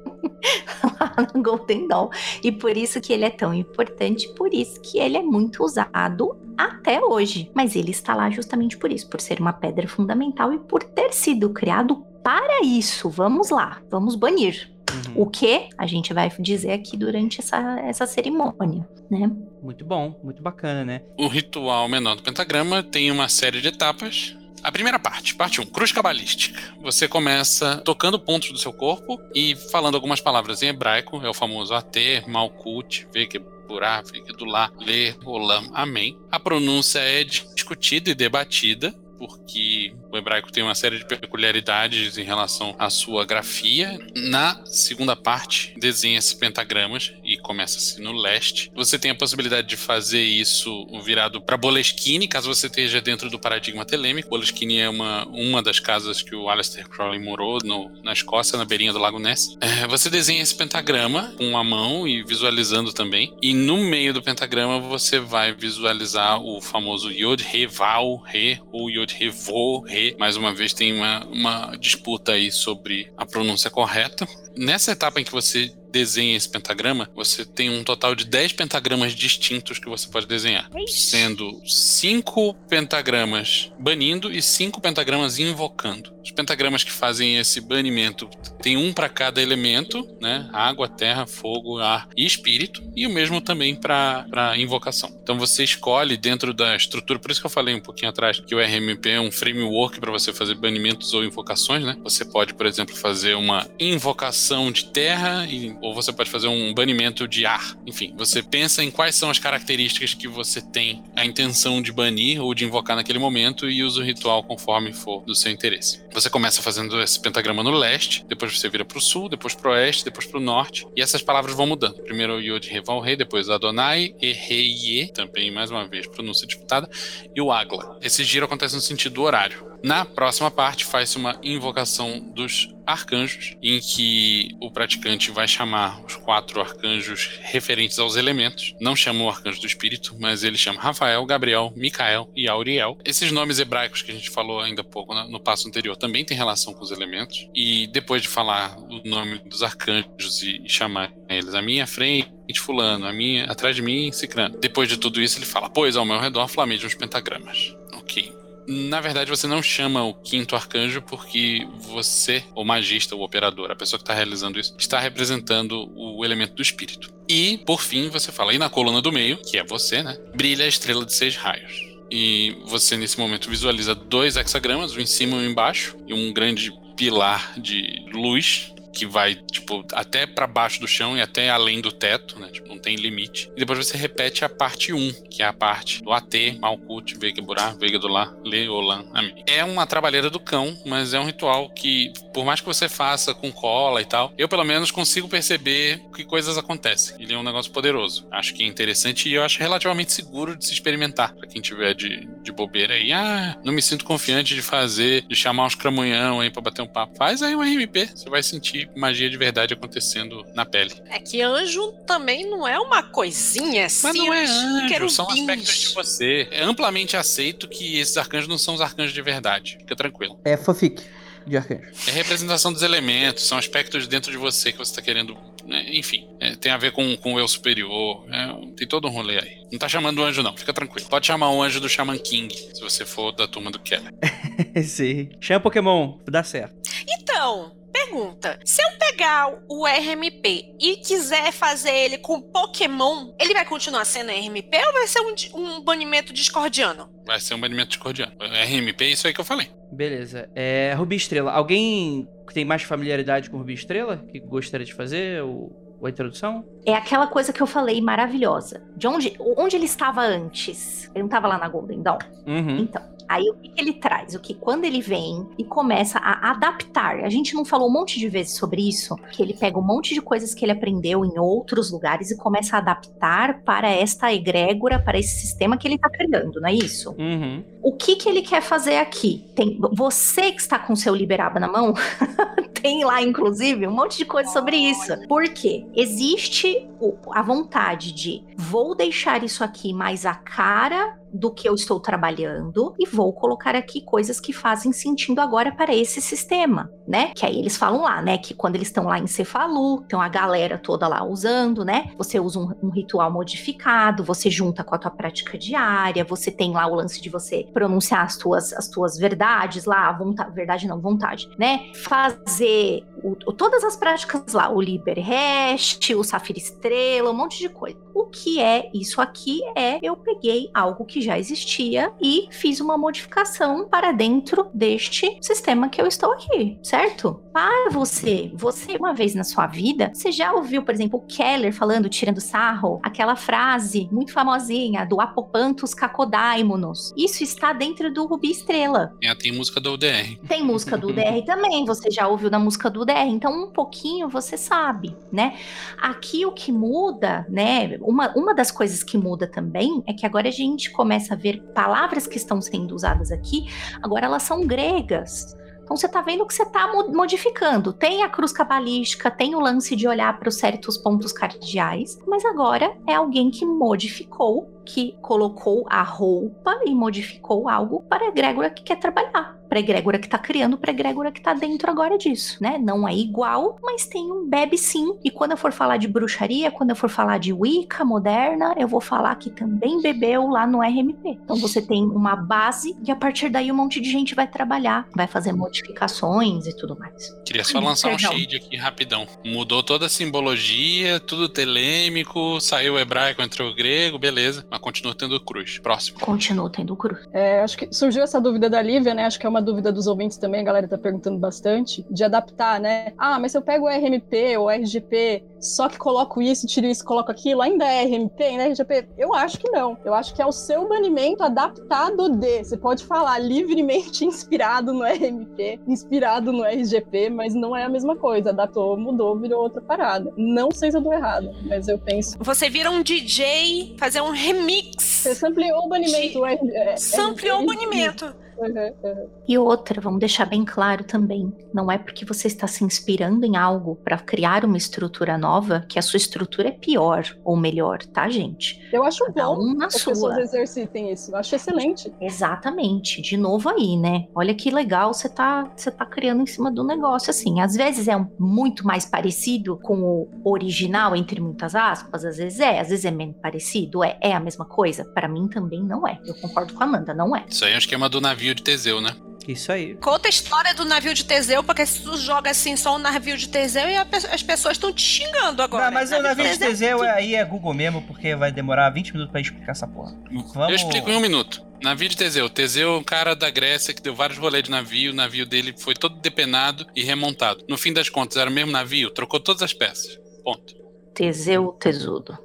Speaker 2: lá no Golden Dawn. E por isso que ele é tão importante, por isso que ele é muito usado até hoje. Mas ele está lá justamente por isso, por ser uma pedra fundamental e por ter sido criado para isso. Vamos lá, vamos banir. Uhum. O que a gente vai dizer aqui durante essa, essa cerimônia, né?
Speaker 3: Muito bom, muito bacana, né?
Speaker 4: O ritual menor do pentagrama tem uma série de etapas. A primeira parte, parte um, cruz cabalística. Você começa tocando pontos do seu corpo e falando algumas palavras em hebraico, é o famoso Ater, Malkut, Veke, Burá, Veke, Dulá, Le, Olam, Amém. A pronúncia é discutida e debatida, porque o hebraico tem uma série de peculiaridades em relação à sua grafia. Na segunda parte, desenha-se pentagramas e começa-se no leste. Você tem a possibilidade de fazer isso virado para Boleskine, caso você esteja dentro do paradigma telêmico. Boleskine é uma, uma das casas que o Aleister Crowley morou no, na Escócia, na beirinha do Lago Ness. É, você desenha esse pentagrama com a mão e visualizando também. E no meio do pentagrama você vai visualizar o famoso Yod He Vav He ou Yod He Vo He. Mais uma vez tem uma, uma disputa aí sobre a pronúncia correta. Nessa etapa em que você desenha esse pentagrama, você tem um total de dez pentagramas distintos que você pode desenhar, sendo cinco pentagramas banindo e cinco pentagramas invocando. Os pentagramas que fazem esse banimento tem um para cada elemento, né? Água, terra, fogo, ar e espírito, e o mesmo também para para invocação. Então você escolhe dentro da estrutura, por isso que eu falei um pouquinho atrás que o R M P é um framework para você fazer banimentos ou invocações, né? Você pode, por exemplo, fazer uma invocação de terra e ou você pode fazer um banimento de ar. Enfim, você pensa em quais são as características que você tem a intenção de banir ou de invocar naquele momento e usa o ritual conforme for do seu interesse. Você começa fazendo esse pentagrama no leste, depois você vira para o sul, depois para o oeste, depois para o norte, e essas palavras vão mudando. Primeiro o Yod He Vav He, depois Adonai, Ehe, também mais uma vez pronúncia disputada, e o Agla. Esse giro acontece no sentido horário. Na próxima parte faz-se uma invocação dos arcanjos, em que o praticante vai chamar os quatro arcanjos referentes aos elementos. Não chama o arcanjo do espírito, mas ele chama Rafael, Gabriel, Micael e Auriel. Esses nomes hebraicos que a gente falou ainda há pouco no passo anterior também tem relação com os elementos. E depois de falar o nome dos arcanjos e chamar eles à minha frente, fulano, a minha, atrás de mim, cicrano. Depois de tudo isso, ele fala, pois ao meu redor flamejam os pentagramas. Ok. Na verdade, você não chama o quinto arcanjo porque você, o magista, o operador, a pessoa que está realizando isso, está representando o elemento do espírito. E, por fim, você fala, e na coluna do meio, que é você, né, brilha a estrela de seis raios. E você, nesse momento, visualiza dois hexagramas, um em cima e um embaixo, e um grande pilar de luz que vai, tipo, até pra baixo do chão e até além do teto, né? Tipo, não tem limite. E depois você repete a parte um, que é a parte do A T, Malkut, Veiga Burá, Veiga do Lá, Le, Olam, Ami. É uma trabalheira do cão, mas é um ritual que, por mais que você faça com cola e tal, eu pelo menos consigo perceber que coisas acontecem. Ele é um negócio poderoso. Acho que é interessante e eu acho relativamente seguro de se experimentar. Pra quem tiver de, de bobeira aí, ah, não me sinto confiante de fazer, de chamar uns cramunhão aí pra bater um papo. Faz aí um R M P, você vai sentir magia de verdade acontecendo na pele.
Speaker 5: É que anjo também não é uma coisinha assim.
Speaker 4: Mas não é anjo,
Speaker 5: querubins.
Speaker 4: São aspectos de você. É amplamente aceito que esses arcanjos não são os arcanjos de verdade. Fica tranquilo.
Speaker 7: É fanfic de arcanjo.
Speaker 4: É representação dos elementos, são aspectos dentro de você que você está querendo, né? Enfim, é, tem a ver com, com o eu superior, é, tem todo um rolê aí. Não tá chamando o anjo não, fica tranquilo. Pode chamar o anjo do Shaman King, se você for da turma do Keller.
Speaker 3: Sim. Chama Pokémon, dá certo.
Speaker 5: Então, pergunta, se eu pegar o R M P e quiser fazer ele com Pokémon, ele vai continuar sendo R M P ou vai ser um, um banimento discordiano?
Speaker 4: Vai ser um banimento discordiano. R M P é isso aí que eu falei.
Speaker 3: Beleza. É, Rubi Estrela, alguém que tem mais familiaridade com Rubi Estrela, que gostaria de fazer o, a introdução?
Speaker 2: É aquela coisa que eu falei, maravilhosa. De onde, onde ele estava antes? Ele não estava lá na Golden Dawn?
Speaker 3: Uhum.
Speaker 2: Então, aí o que, que ele traz? O que quando ele vem e começa a adaptar, a gente não falou um monte de vezes sobre isso, que ele pega um monte de coisas que ele aprendeu em outros lugares e começa a adaptar para esta egrégora, para esse sistema que ele está criando, não é isso?
Speaker 3: Uhum.
Speaker 2: O que que ele quer fazer aqui? Tem, você que está com seu Liberaba na mão, tem lá, inclusive, um monte de coisa sobre isso. Por quê? Existe a vontade de vou deixar isso aqui mais a cara do que eu estou trabalhando e vou colocar aqui coisas que fazem sentido agora para esse sistema, né? Que aí eles falam lá, né? Que quando eles estão lá em Cefalu, tem a galera toda lá usando, né? Você usa um, um ritual modificado, você junta com a tua prática diária, você tem lá o lance de você pronunciar as tuas, as tuas verdades lá, vontade, verdade não, vontade, né? Fazer o, o, todas as práticas lá, o Liber Rest, o Safira Estrela, um monte de coisa. O que é isso aqui é, eu peguei algo que já existia e fiz uma modificação para dentro deste sistema que eu estou aqui, certo? Para você, você uma vez na sua vida, você já ouviu, por exemplo, o Keller falando, tirando sarro, aquela frase muito famosinha do Apopantus Cacodaimonos. Isso está dentro do Rubi Estrela.
Speaker 4: É, tem música do U D R.
Speaker 2: Tem música do U D R também, você já ouviu da música do U D R, então um pouquinho você sabe, né? Aqui o que muda, né, uma, uma das coisas que muda também é que agora a gente começa a ver palavras que estão sendo usadas aqui, agora elas são gregas. Então você tá vendo que você tá modificando. Tem a cruz cabalística, tem o lance de olhar para os certos pontos cardeais, mas agora é alguém que modificou, que colocou a roupa e modificou algo para a egrégora que quer trabalhar. Para a egrégora que tá criando, para a egrégora que tá dentro agora disso, né? Não é igual, mas tem um bebe sim. E quando eu for falar de bruxaria, quando eu for falar de Wicca moderna, eu vou falar que também bebeu lá no R M P. Então você tem uma base e a partir daí um monte de gente vai trabalhar, vai fazer modificações e tudo mais.
Speaker 4: Queria só lançar um shade aqui rapidão. Mudou toda a simbologia, tudo telêmico, saiu o hebraico, entrou o grego, beleza. Mas continua tendo cruz. Próximo.
Speaker 2: Continua tendo cruz.
Speaker 6: É, acho que surgiu essa dúvida da Lívia, né? Acho que é uma dúvida dos ouvintes também, a galera tá perguntando bastante, de adaptar, né? Ah, mas se eu pego o R M P ou o R G P, só que coloco isso, tiro isso, coloco aquilo, ainda é R M P, ainda é R G P? Eu acho que não. Eu acho que é o seu banimento adaptado de. Você pode falar livremente inspirado no R M P, inspirado no R G P, mas não é a mesma coisa. Adaptou, mudou, virou outra parada. Não sei se eu tô errado, mas eu penso...
Speaker 5: Você vira um D J, fazer um remix.
Speaker 6: Você sampleou o banimento.
Speaker 5: De...
Speaker 6: É, é,
Speaker 5: sampleou
Speaker 6: é,
Speaker 5: o banimento.
Speaker 6: Uhum, uhum.
Speaker 2: E outra, vamos deixar bem claro também, não é porque você está se inspirando em algo para criar uma estrutura nova que a sua estrutura é pior ou melhor, tá, gente?
Speaker 6: Eu acho
Speaker 2: Cada
Speaker 6: bom
Speaker 2: um na
Speaker 6: que as
Speaker 2: sua.
Speaker 6: pessoas exercitem isso. Eu acho excelente.
Speaker 2: Exatamente. De novo aí, né? Olha que legal você tá, você tá criando em cima do negócio, assim. Às vezes é um, muito mais parecido com o original, entre muitas aspas, às vezes é, às vezes é menos parecido, é, é a mesma coisa? Para mim também não é. Eu concordo com a Amanda, não é.
Speaker 4: Isso aí é um esquema do navio de Teseu, né?
Speaker 3: Isso aí.
Speaker 5: Conta a história do navio de Teseu, porque se tu joga assim só o navio de Teseu e a pe- as pessoas estão te xingando agora.
Speaker 8: Não, mas o navio de Teseu aí é Google mesmo, porque vai demorar vinte minutos pra explicar essa porra. Vamos...
Speaker 4: Eu explico em um minuto. Navio de Teseu. Teseu é um cara da Grécia que deu vários rolês de navio, o navio dele foi todo depenado e remontado. No fim das contas, era o mesmo navio, trocou todas as peças. Ponto.
Speaker 2: Teseu tesudo.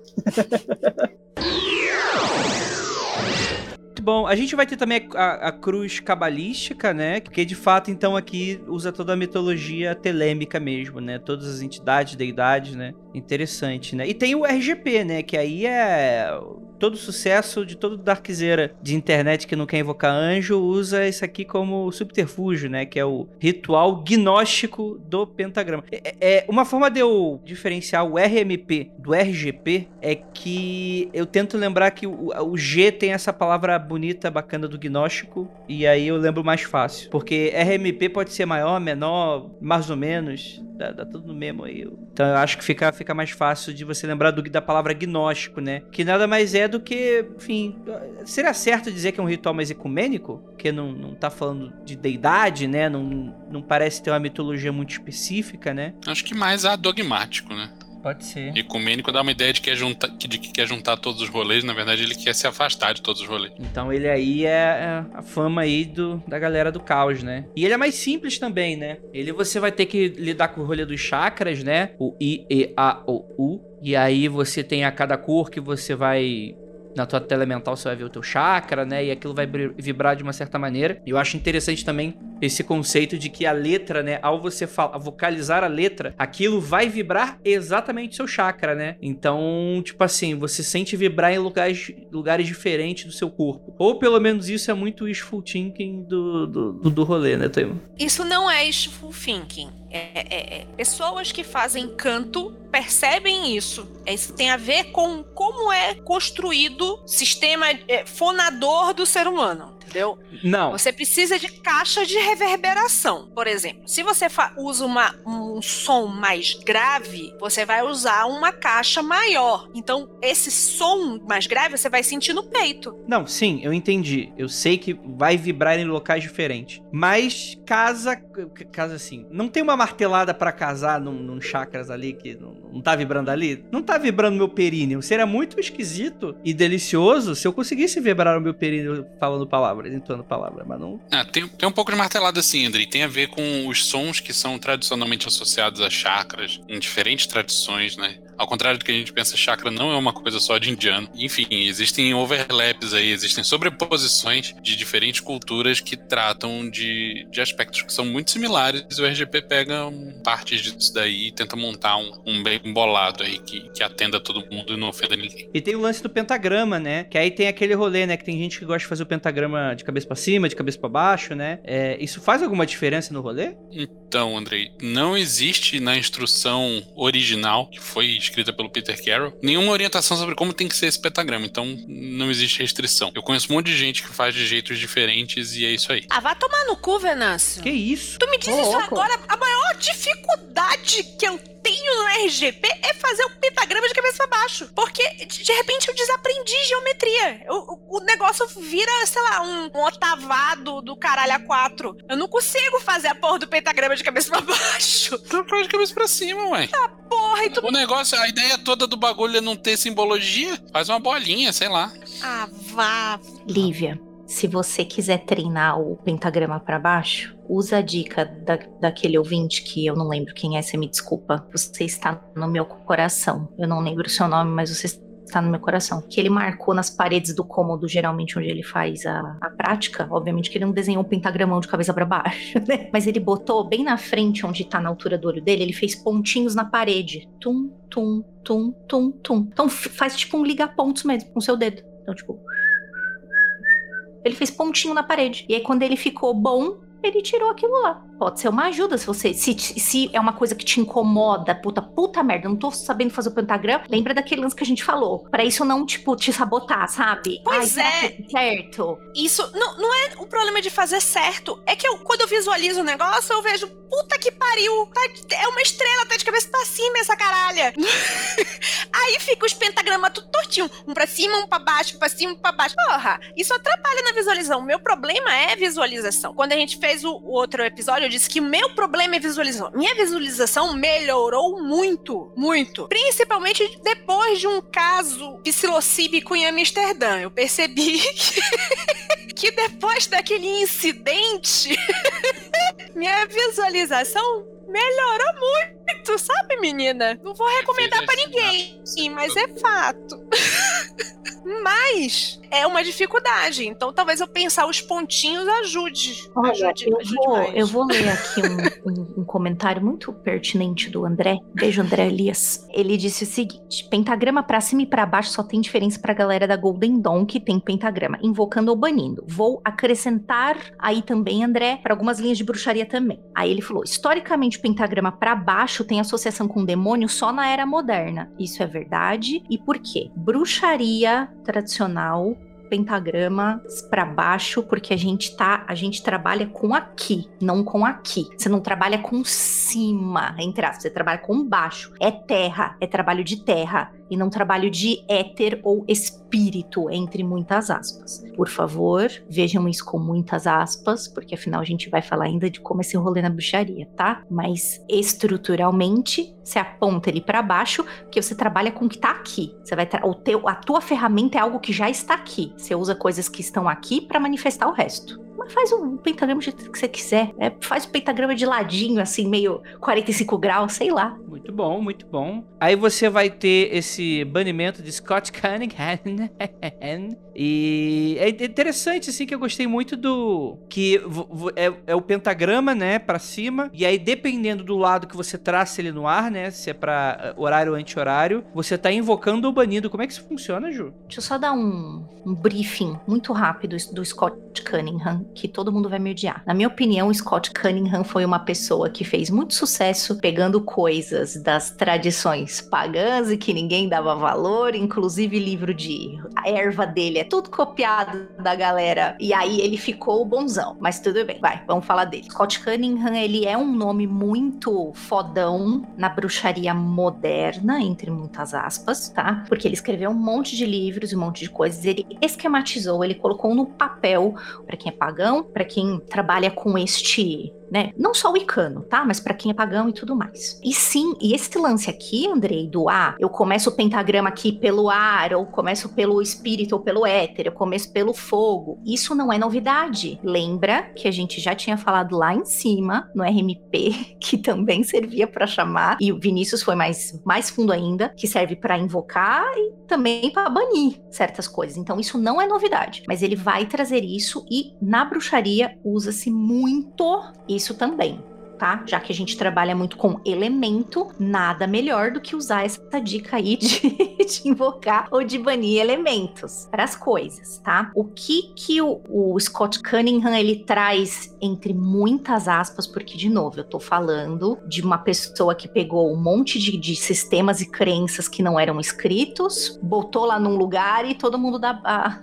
Speaker 3: Muito bom. A gente vai ter também a, a cruz cabalística, né? Que de fato, então, aqui usa toda a mitologia telêmica mesmo, né? Todas as entidades, deidades, né? Interessante, né? E tem o R G P, né? Que aí é... todo o sucesso de todo darkzeira de internet que não quer invocar anjo usa isso aqui como subterfúgio, né? Que é o ritual gnóstico do pentagrama. É, é uma forma de eu diferenciar o R M P do R G P é que eu tento lembrar que o, o G tem essa palavra bonita, bacana do gnóstico, e aí eu lembro mais fácil. Porque R M P pode ser maior, menor, mais ou menos, dá, dá tudo no mesmo aí. Então eu acho que fica, fica mais fácil de você lembrar do, da palavra gnóstico, né? Que nada mais é do que, enfim, seria certo dizer que é um ritual mais ecumênico? Que não, não tá falando de deidade, né? Não, não parece ter uma mitologia muito específica, né?
Speaker 4: Acho que mais adogmático, né?
Speaker 8: Pode ser.
Speaker 4: Ecumênico dá uma ideia de que, é juntar, de que quer juntar todos os rolês, na verdade ele quer se afastar de todos os rolês.
Speaker 3: Então ele aí é a fama aí do, da galera do caos, né? E ele é mais simples também, né? Ele você vai ter que lidar com o rolê dos chakras, né? O I, E, A, O, U. E aí você tem a cada cor que você vai... Na tua tela mental você vai ver o teu chakra, né? E aquilo vai vibrar de uma certa maneira. E eu acho interessante também esse conceito de que a letra, né? Ao você vocalizar a letra, aquilo vai vibrar exatamente o seu chakra, né? Então, tipo assim, você sente vibrar em lugares, lugares diferentes do seu corpo. Ou pelo menos isso é muito wishful thinking do, do, do, do rolê, né, Taimo?
Speaker 5: Isso não é wishful thinking. É, é, é. Pessoas que fazem canto percebem isso. Isso tem a ver com como é construído o sistema é, fonador do ser humano. Entendeu?
Speaker 3: Não.
Speaker 5: Você precisa de caixa de reverberação. Por exemplo, se você usa uma, um som mais grave, você vai usar uma caixa maior. Então, esse som mais grave você vai sentir no peito.
Speaker 3: Não, sim, eu entendi. Eu sei que vai vibrar em locais diferentes. Mas casa... Casa assim... Não tem uma martelada pra casar num, num chakras ali que não, não tá vibrando ali? Não tá vibrando meu períneo. Seria muito esquisito e delicioso se eu conseguisse vibrar o meu períneo falando palavras. Entoando palavra, mas não...
Speaker 4: Ah, tem, tem um pouco de martelada sim, Andrei. Tem a ver com os sons que são tradicionalmente associados a chakras em diferentes tradições, né? Ao contrário do que a gente pensa, chakra não é uma coisa só de indiano. Enfim, existem overlaps aí, existem sobreposições de diferentes culturas que tratam de, de aspectos que são muito similares. E o R G P pega um, partes disso daí e tenta montar um, um bem bolado aí que, que atenda todo mundo e não ofenda ninguém.
Speaker 3: E tem o lance do pentagrama, né? Que aí tem aquele rolê, né? Que tem gente que gosta de fazer o pentagrama de cabeça pra cima, de cabeça pra baixo, né? É, isso faz alguma diferença no rolê?
Speaker 4: Então, Andrei, não existe na instrução original, que foi escrita pelo Peter Carroll, nenhuma orientação sobre como tem que ser esse pentagrama, então não existe restrição. Eu conheço um monte de gente que faz de jeitos diferentes e é isso aí.
Speaker 5: Ah, vai tomar no cu, Venâncio.
Speaker 3: Que isso?
Speaker 5: Tu me diz
Speaker 6: Ô,
Speaker 5: isso
Speaker 6: louco.
Speaker 5: agora, a maior dificuldade que eu tenho no R G P é fazer um pentagrama de cabeça pra baixo, porque de de repente eu desaprendi geometria. Eu- O, o negócio vira, sei lá, um, um otavado do caralho a quatro. Eu não consigo fazer a porra do pentagrama de cabeça pra baixo.
Speaker 4: Então faz de cabeça pra cima, ué.
Speaker 5: Porra, e tu...
Speaker 4: O negócio, a ideia toda do bagulho é não ter simbologia. Faz uma bolinha, sei lá.
Speaker 5: Ah, vá.
Speaker 2: Lívia, se você quiser treinar o pentagrama pra baixo, usa a dica da, daquele ouvinte que eu não lembro quem é, você me desculpa. Você está no meu coração. Eu não lembro o seu nome, mas você está no meu coração. Que ele marcou nas paredes do cômodo, geralmente onde ele faz a, a prática. Obviamente que ele não desenhou um pentagramão de cabeça pra baixo, né? Mas ele botou bem na frente, onde tá na altura do olho dele, ele fez pontinhos na parede. Tum, tum, tum, tum, tum. Então faz tipo um liga-pontos mesmo, com o seu dedo. Então, tipo... Ele fez pontinho na parede. E aí, quando ele ficou bom, ele tirou aquilo lá. Pode ser uma ajuda se você... Se, se é uma coisa que te incomoda, puta, puta merda, eu não tô sabendo fazer o pentagrama, lembra daquele lance que a gente falou. Pra isso não, tipo, te sabotar, sabe?
Speaker 5: Pois
Speaker 2: Ai,
Speaker 5: é.
Speaker 2: Certo.
Speaker 5: Isso não, não é o problema de fazer certo. É que eu, quando eu visualizo o negócio, eu vejo, puta que pariu, tá, é uma estrela, tá de cabeça pra cima essa caralha. Aí fica os pentagramas tudo tortinho. Um pra cima, um pra baixo, um pra cima, um pra baixo. Porra, isso atrapalha na visualização. O meu problema é visualização. Quando a gente fez o, o outro episódio, eu disse que o meu problema é visualização. Minha visualização melhorou muito, muito. Principalmente depois de um caso psilocíbico em Amsterdã. Eu percebi que, que depois daquele incidente, minha visualização melhorou muito, sabe, menina? Não vou recomendar pra ninguém, sim, mas é fato. Mas é uma dificuldade, então talvez eu pensar os pontinhos ajude.
Speaker 2: Olha,
Speaker 5: ajude,
Speaker 2: eu,
Speaker 5: ajude
Speaker 2: vou,
Speaker 5: mais.
Speaker 2: eu vou ler aqui um, um, um comentário muito pertinente do André. Beijo, André Elias. Ele disse o seguinte: pentagrama pra cima e pra baixo só tem diferença pra galera da Golden Dawn que tem pentagrama, invocando ou banindo. Vou acrescentar aí também, André, pra algumas linhas de bruxaria também. Aí ele falou: historicamente o pentagrama pra baixo tem associação com demônio só na era moderna. Isso é verdade. E por quê? Bruxaria tradicional, pentagrama pra baixo, porque a gente tá, a gente trabalha com aqui, não com aqui. Você não trabalha com cima, entre aspas, você trabalha com baixo. É terra, é trabalho de terra, e não trabalho de éter ou espírito, entre muitas aspas. Por favor, vejam isso com muitas aspas, porque afinal a gente vai falar ainda de como é esse rolê na bruxaria, tá? Mas estruturalmente, você aponta ele pra baixo, porque você trabalha com o que tá aqui. Você vai tra- o teu, a tua ferramenta é algo que já está aqui. Você usa coisas que estão aqui pra manifestar o resto. Mas faz um pentagrama do jeito que você quiser. É, faz o pentagrama de ladinho, assim, meio quarenta e cinco graus, sei lá.
Speaker 3: Muito bom, muito bom. Aí você vai ter esse banimento de Scott Cunningham. E é interessante, assim, que eu gostei muito do... Que é, é o pentagrama, né, pra cima. E aí, dependendo do lado que você traça ele no ar, né, se é pra horário ou anti-horário, você tá invocando ou banindo. Como é que isso funciona, Ju?
Speaker 2: Deixa eu só dar um, um briefing muito rápido do Scott Cunningham, que todo mundo vai me odiar. Na minha opinião, o Scott Cunningham foi uma pessoa que fez muito sucesso pegando coisas das tradições pagãs e que ninguém dava valor, inclusive livro de a erva dele é tudo copiado da galera. E aí ele ficou bonzão, mas tudo bem, vai, vamos falar dele. Scott Cunningham, ele é um nome muito fodão na bruxaria moderna, entre muitas aspas, tá? Porque ele escreveu um monte de livros, um monte de coisas, ele esquematizou, ele colocou no papel, pra quem é pagão, pra quem trabalha com este... né? Não só o Wicano, tá? Mas pra quem é pagão e tudo mais. E sim, e esse lance aqui, Andrei, do ah, eu começo o pentagrama aqui pelo ar, ou começo pelo espírito ou pelo éter, eu começo pelo fogo. Isso não é novidade. Lembra que a gente já tinha falado lá em cima, no R M P, que também servia pra chamar, e o Vinícius foi mais, mais fundo ainda, que serve pra invocar e também pra banir certas coisas. Então isso não é novidade. Mas ele vai trazer isso e na bruxaria usa-se muito isso também, tá? Já que a gente trabalha muito com elemento, nada melhor do que usar essa dica aí de, de invocar ou de banir elementos para as coisas, tá? O que que o, o Scott Cunningham, ele traz entre muitas aspas, porque, de novo, eu tô falando de uma pessoa que pegou um monte de, de sistemas e crenças que não eram escritos, botou lá num lugar e todo mundo dá a,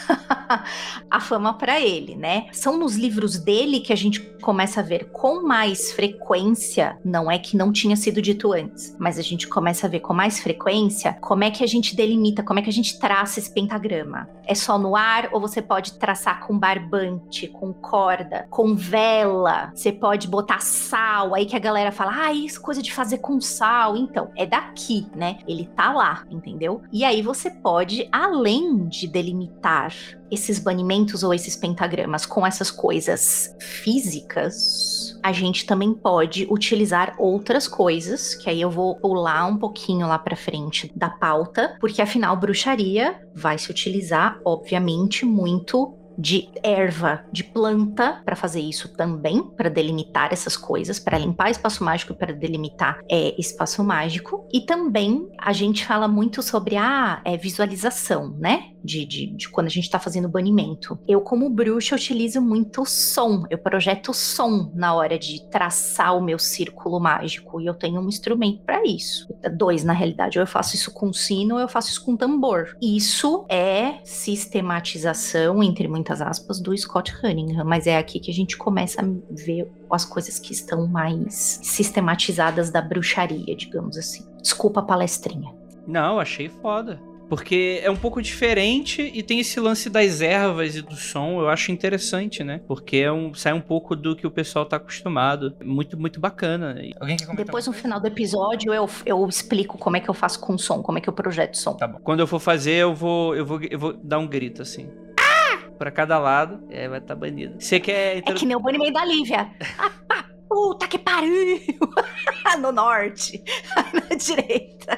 Speaker 2: a fama para ele, né? São nos livros dele que a gente começa a ver com mais frequência, não é que não tinha sido dito antes, mas a gente começa a ver com mais frequência como é que a gente delimita, como é que a gente traça esse pentagrama. É só no ar ou você pode traçar com barbante, com corda, com vela, você pode botar sal, aí que a galera fala, ah, isso coisa de fazer com sal. Então, é daqui, né? Ele tá lá, entendeu? E aí você pode, além de delimitar esses banimentos ou esses pentagramas com essas coisas físicas, a gente também pode utilizar outras coisas, que aí eu vou pular um pouquinho lá pra frente da pauta, porque afinal bruxaria vai se utilizar, obviamente, muito de erva, de planta, para fazer isso também, para delimitar essas coisas, para limpar espaço mágico e para delimitar é, espaço mágico. E também a gente fala muito sobre a é, visualização, né? De, de, de quando a gente está fazendo banimento. Eu, como bruxa, utilizo muito som. Eu projeto som na hora de traçar o meu círculo mágico. E eu tenho um instrumento para isso. Dois, na realidade. Ou eu faço isso com sino, ou eu faço isso com tambor. Isso é sistematização, entre muitas aspas, do Scott Cunningham. Mas é aqui que a gente começa a ver as coisas que estão mais sistematizadas da bruxaria, digamos assim. Desculpa a palestrinha.
Speaker 3: Não, achei foda. Porque é um pouco diferente e tem esse lance das ervas e do som, eu acho interessante, né? Porque é um, sai um pouco do que o pessoal tá acostumado. Muito, muito bacana.
Speaker 8: Alguém quer comentar?
Speaker 2: Depois, no final do episódio, eu, eu explico como é que eu faço com som, como é que eu projeto som.
Speaker 3: Tá bom. Quando eu for fazer, eu vou, eu vou, eu vou dar um grito, assim. Ah! Pra cada lado, é, vai estar tá banido. Você quer...
Speaker 2: É que nem o banimento da Lívia. Ah, pá, puta que pariu! No norte, na direita.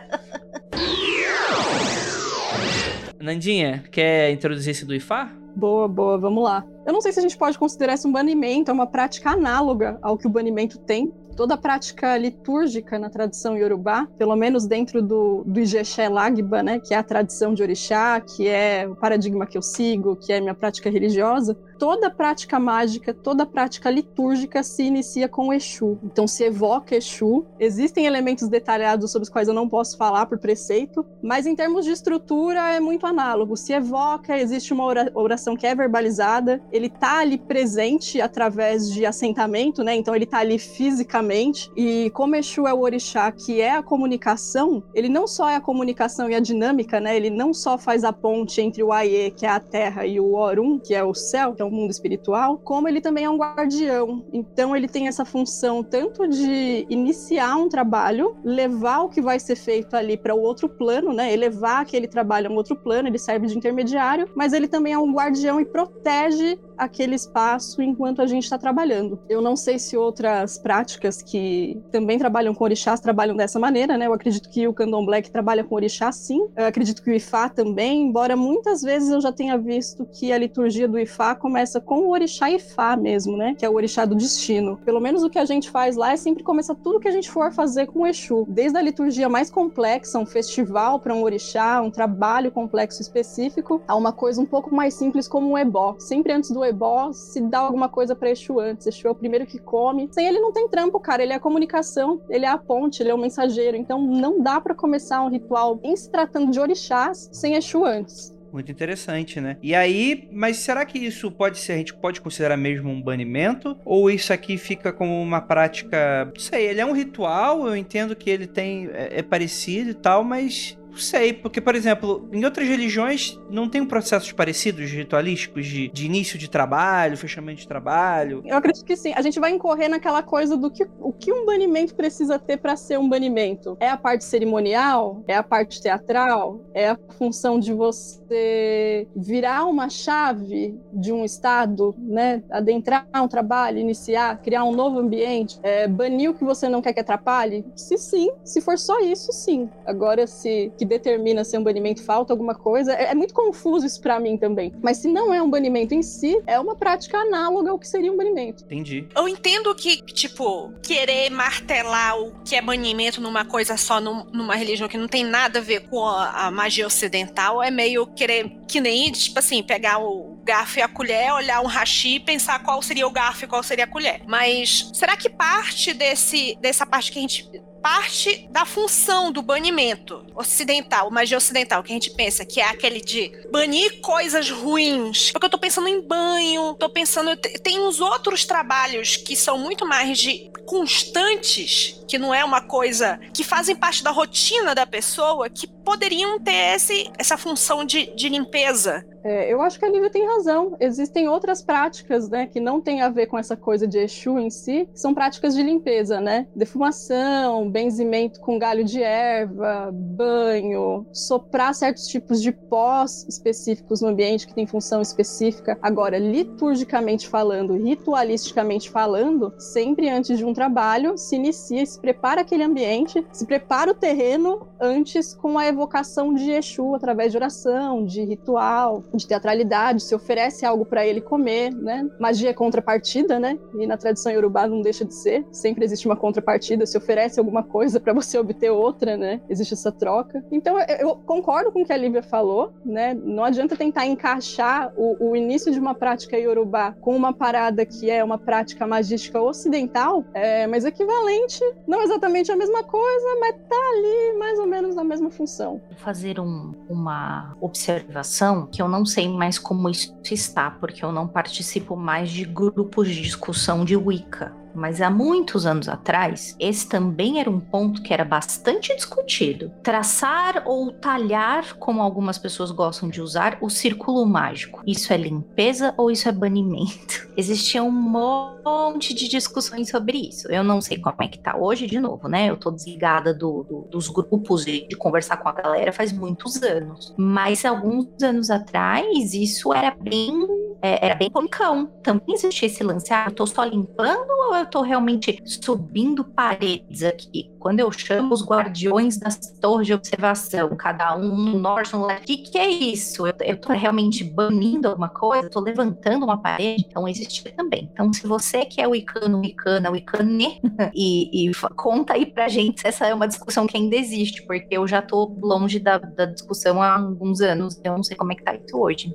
Speaker 3: Nandinha, quer introduzir esse do Ifá?
Speaker 6: Boa, boa, vamos lá. Eu não sei se a gente pode considerar isso um banimento, é uma prática análoga ao que o banimento tem. Toda a prática litúrgica na tradição iorubá, pelo menos dentro do, do Ijexé Lagba, né, que é a tradição de orixá, que é o paradigma que eu sigo, que é a minha prática religiosa, toda prática mágica, toda prática litúrgica se inicia com Exu. Então se evoca Exu. Existem elementos detalhados sobre os quais eu não posso falar por preceito, mas em termos de estrutura é muito análogo. Se evoca, existe uma oração que é verbalizada, ele tá ali presente através de assentamento, né? Então ele tá ali fisicamente. E como Exu é o orixá que é a comunicação, ele não só é a comunicação e a dinâmica, né? Ele não só faz a ponte entre o Aie, que é a terra, e o Orum, que é o céu, que é o mundo espiritual, como ele também é um guardião. Então ele tem essa função tanto de iniciar um trabalho, levar o que vai ser feito ali para o outro plano, né? Elevar aquele trabalho a um outro plano, ele serve de intermediário, mas ele também é um guardião e protege aquele espaço enquanto a gente está trabalhando. Eu não sei se outras práticas que também trabalham com orixás trabalham dessa maneira, né? Eu acredito que o Candomblé que trabalha com orixá, sim. Eu acredito que o Ifá também, embora muitas vezes eu já tenha visto que a liturgia do Ifá começa com o orixá Ifá mesmo, né? Que é o orixá do destino. Pelo menos o que a gente faz lá é sempre começar tudo que a gente for fazer com o Exu. Desde a liturgia mais complexa, um festival para um orixá, um trabalho complexo específico, a uma coisa um pouco mais simples como um ebó. Sempre antes do ebó se dá alguma coisa para Exu antes. Exu é o primeiro que come. Sem ele não tem trampo, cara. Ele é a comunicação, ele é a ponte, ele é o mensageiro. Então não dá para começar um ritual em se tratando de orixás sem Exu antes.
Speaker 3: Muito interessante, né? E aí, mas será que isso pode ser, a gente pode considerar mesmo um banimento? Ou isso aqui fica como uma prática, não sei, ele é um ritual, eu entendo que ele tem, é, é parecido e tal, mas... Não sei, porque, por exemplo, em outras religiões não tem processos parecidos ritualísticos de, de início de trabalho, fechamento de trabalho?
Speaker 6: Eu acredito que sim. A gente vai incorrer naquela coisa do que o que um banimento precisa ter para ser um banimento. É a parte cerimonial? É a parte teatral? É a função de você virar uma chave de um estado, né? Adentrar um trabalho, iniciar, criar um novo ambiente? É, banir o que você não quer que atrapalhe? Se sim, se for só isso, sim. Agora, se que determina se é um banimento, falta alguma coisa, é, é muito confuso isso pra mim também. Mas se não é um banimento em si, é uma prática análoga ao que seria um banimento.
Speaker 3: Entendi.
Speaker 5: Eu entendo que, tipo, querer martelar o que é banimento numa coisa só, num, numa religião que não tem nada a ver com a, a magia ocidental, é meio querer, que nem, tipo assim, pegar o garfo e a colher, olhar um hashi e pensar qual seria o garfo e qual seria a colher. Mas será que parte desse, dessa parte que a gente... parte da função do banimento ocidental, magia ocidental, que a gente pensa que é aquele de banir coisas ruins, porque eu tô pensando em banho, tô pensando, tem uns outros trabalhos que são muito mais de constantes, que não é uma coisa, que fazem parte da rotina da pessoa, que poderiam ter esse, essa função de, de limpeza.
Speaker 6: É, eu acho que a Lívia tem razão. Existem outras práticas, né, que não tem a ver com essa coisa de Exu em si, que são práticas de limpeza, né? Defumação, benzimento com galho de erva, banho, soprar certos tipos de pós específicos no ambiente que tem função específica. Agora, liturgicamente falando, ritualisticamente falando, sempre antes de um trabalho, se inicia, se prepara aquele ambiente, se prepara o terreno antes com a evocação de Exu através de oração, de ritual, de teatralidade, se oferece algo para ele comer, né? Magia é contrapartida, né? E na tradição iorubá não deixa de ser. Sempre existe uma contrapartida, se oferece alguma coisa para você obter outra, né? Existe essa troca. Então eu, eu concordo com o que a Lívia falou, né? Não adianta tentar encaixar o, o início de uma prática iorubá com uma parada que é uma prática magística ocidental, é, mas equivalente, não exatamente a mesma coisa, mas tá ali mais ou menos na mesma função.
Speaker 2: Vou fazer um, uma observação que eu não sei mais como isso está, porque eu não participo mais de grupos de discussão de Wicca. Mas há muitos anos atrás, esse também era um ponto que era bastante discutido. Traçar ou talhar, como algumas pessoas gostam de usar, o círculo mágico. Isso é limpeza ou isso é banimento? Existia um monte de discussões sobre isso. Eu não sei como é que tá hoje, de novo, né? Eu tô desligada do, do, dos grupos e de conversar com a galera faz muitos anos. Mas alguns anos atrás, isso era bem... É, era bem policão. Também existia esse lance, ah, eu tô só limpando ou eu tô realmente subindo paredes aqui? Quando eu chamo os guardiões das torres de observação, cada um no norte, no leste, o que, que é isso? Eu, eu tô realmente banindo alguma coisa? Eu tô levantando uma parede? Então existia também. Então se você que é wicano, wicana, wicane, e, e conta aí pra gente se essa é uma discussão que ainda existe, porque eu já tô longe da, da discussão há alguns anos, eu não sei como é que tá isso hoje.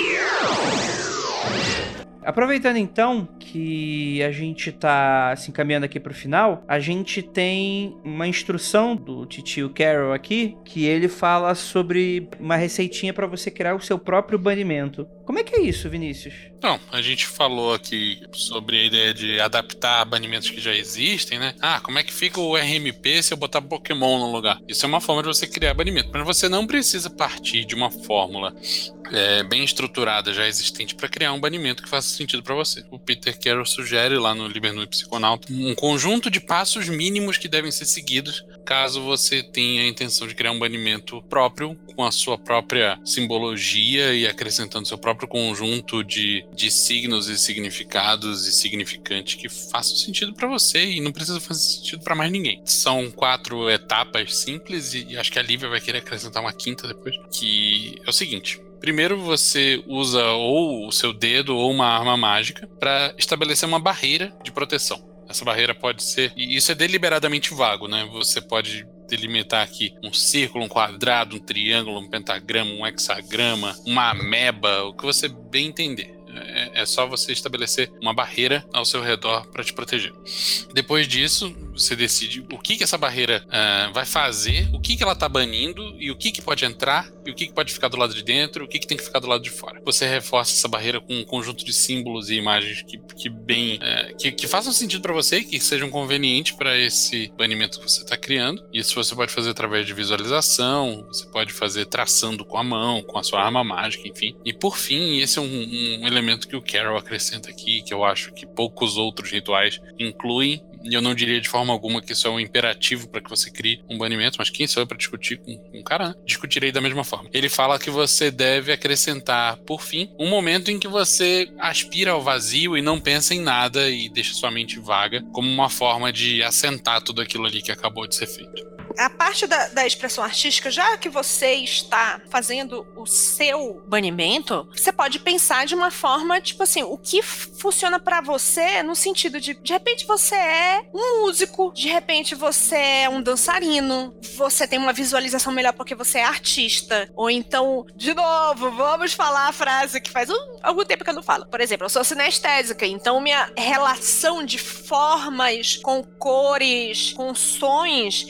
Speaker 3: Aproveitando então que a gente tá se encaminhando aqui pro final, a gente tem uma instrução do titio Carol aqui, que ele fala sobre uma receitinha para você criar o seu próprio banimento. Como é que é isso, Vinícius?
Speaker 4: Então, a gente falou aqui sobre a ideia de adaptar banimentos que já existem, né? Ah, como é que fica o R M P se eu botar Pokémon no lugar? Isso é uma forma de você criar banimento, mas você não precisa partir de uma fórmula é, bem estruturada, já existente, para criar um banimento que faça sentido para você. O Peter Carroll sugere lá no Liber Psiconauta um conjunto de passos mínimos que devem ser seguidos caso você tenha a intenção de criar um banimento próprio, com a sua própria simbologia e acrescentando seu próprio conjunto de, de signos e significados e significantes que façam sentido para você e não precisa fazer sentido para mais ninguém. São quatro etapas simples e, e acho que a Lívia vai querer acrescentar uma quinta depois, que é o seguinte. Primeiro você usa ou o seu dedo ou uma arma mágica para estabelecer uma barreira de proteção. Essa barreira pode ser... E isso é deliberadamente vago, né? Você pode delimitar aqui um círculo, um quadrado, um triângulo, um pentagrama, um hexagrama, uma ameba, o que você bem entender. É, é só você estabelecer uma barreira ao seu redor para te proteger. Depois disso, você decide o que, que essa barreira uh, vai fazer, o que, que ela está banindo e o que, que pode entrar e o que, que pode ficar do lado de dentro, o que, que tem que ficar do lado de fora. Você reforça essa barreira com um conjunto de símbolos e imagens que, que, bem, uh, que, que façam sentido para você, que sejam convenientes para esse banimento que você está criando. Isso você pode fazer através de visualização, você pode fazer traçando com a mão, com a sua arma mágica, enfim. E por fim, esse é um, um elemento que o Carol acrescenta aqui, que eu acho que poucos outros rituais incluem, e eu não diria de forma alguma que isso é um imperativo para que você crie um banimento, mas quem sou eu para discutir com um cara, né? Discutirei da mesma forma. Ele fala que você deve acrescentar, por fim, um momento em que você aspira ao vazio e não pensa em nada e deixa sua mente vaga, como uma forma de assentar tudo aquilo ali que acabou de ser feito.
Speaker 5: A parte da, da expressão artística, já que você está fazendo o seu banimento, você pode pensar de uma forma, tipo assim, o que funciona pra você no sentido de, de repente você é um músico, de repente você é um dançarino, você tem uma visualização melhor porque você é artista, ou então, de novo, vamos falar a frase que faz um, algum tempo que eu não falo. Por exemplo, eu sou sinestésica, então minha relação de formas com cores, com sons é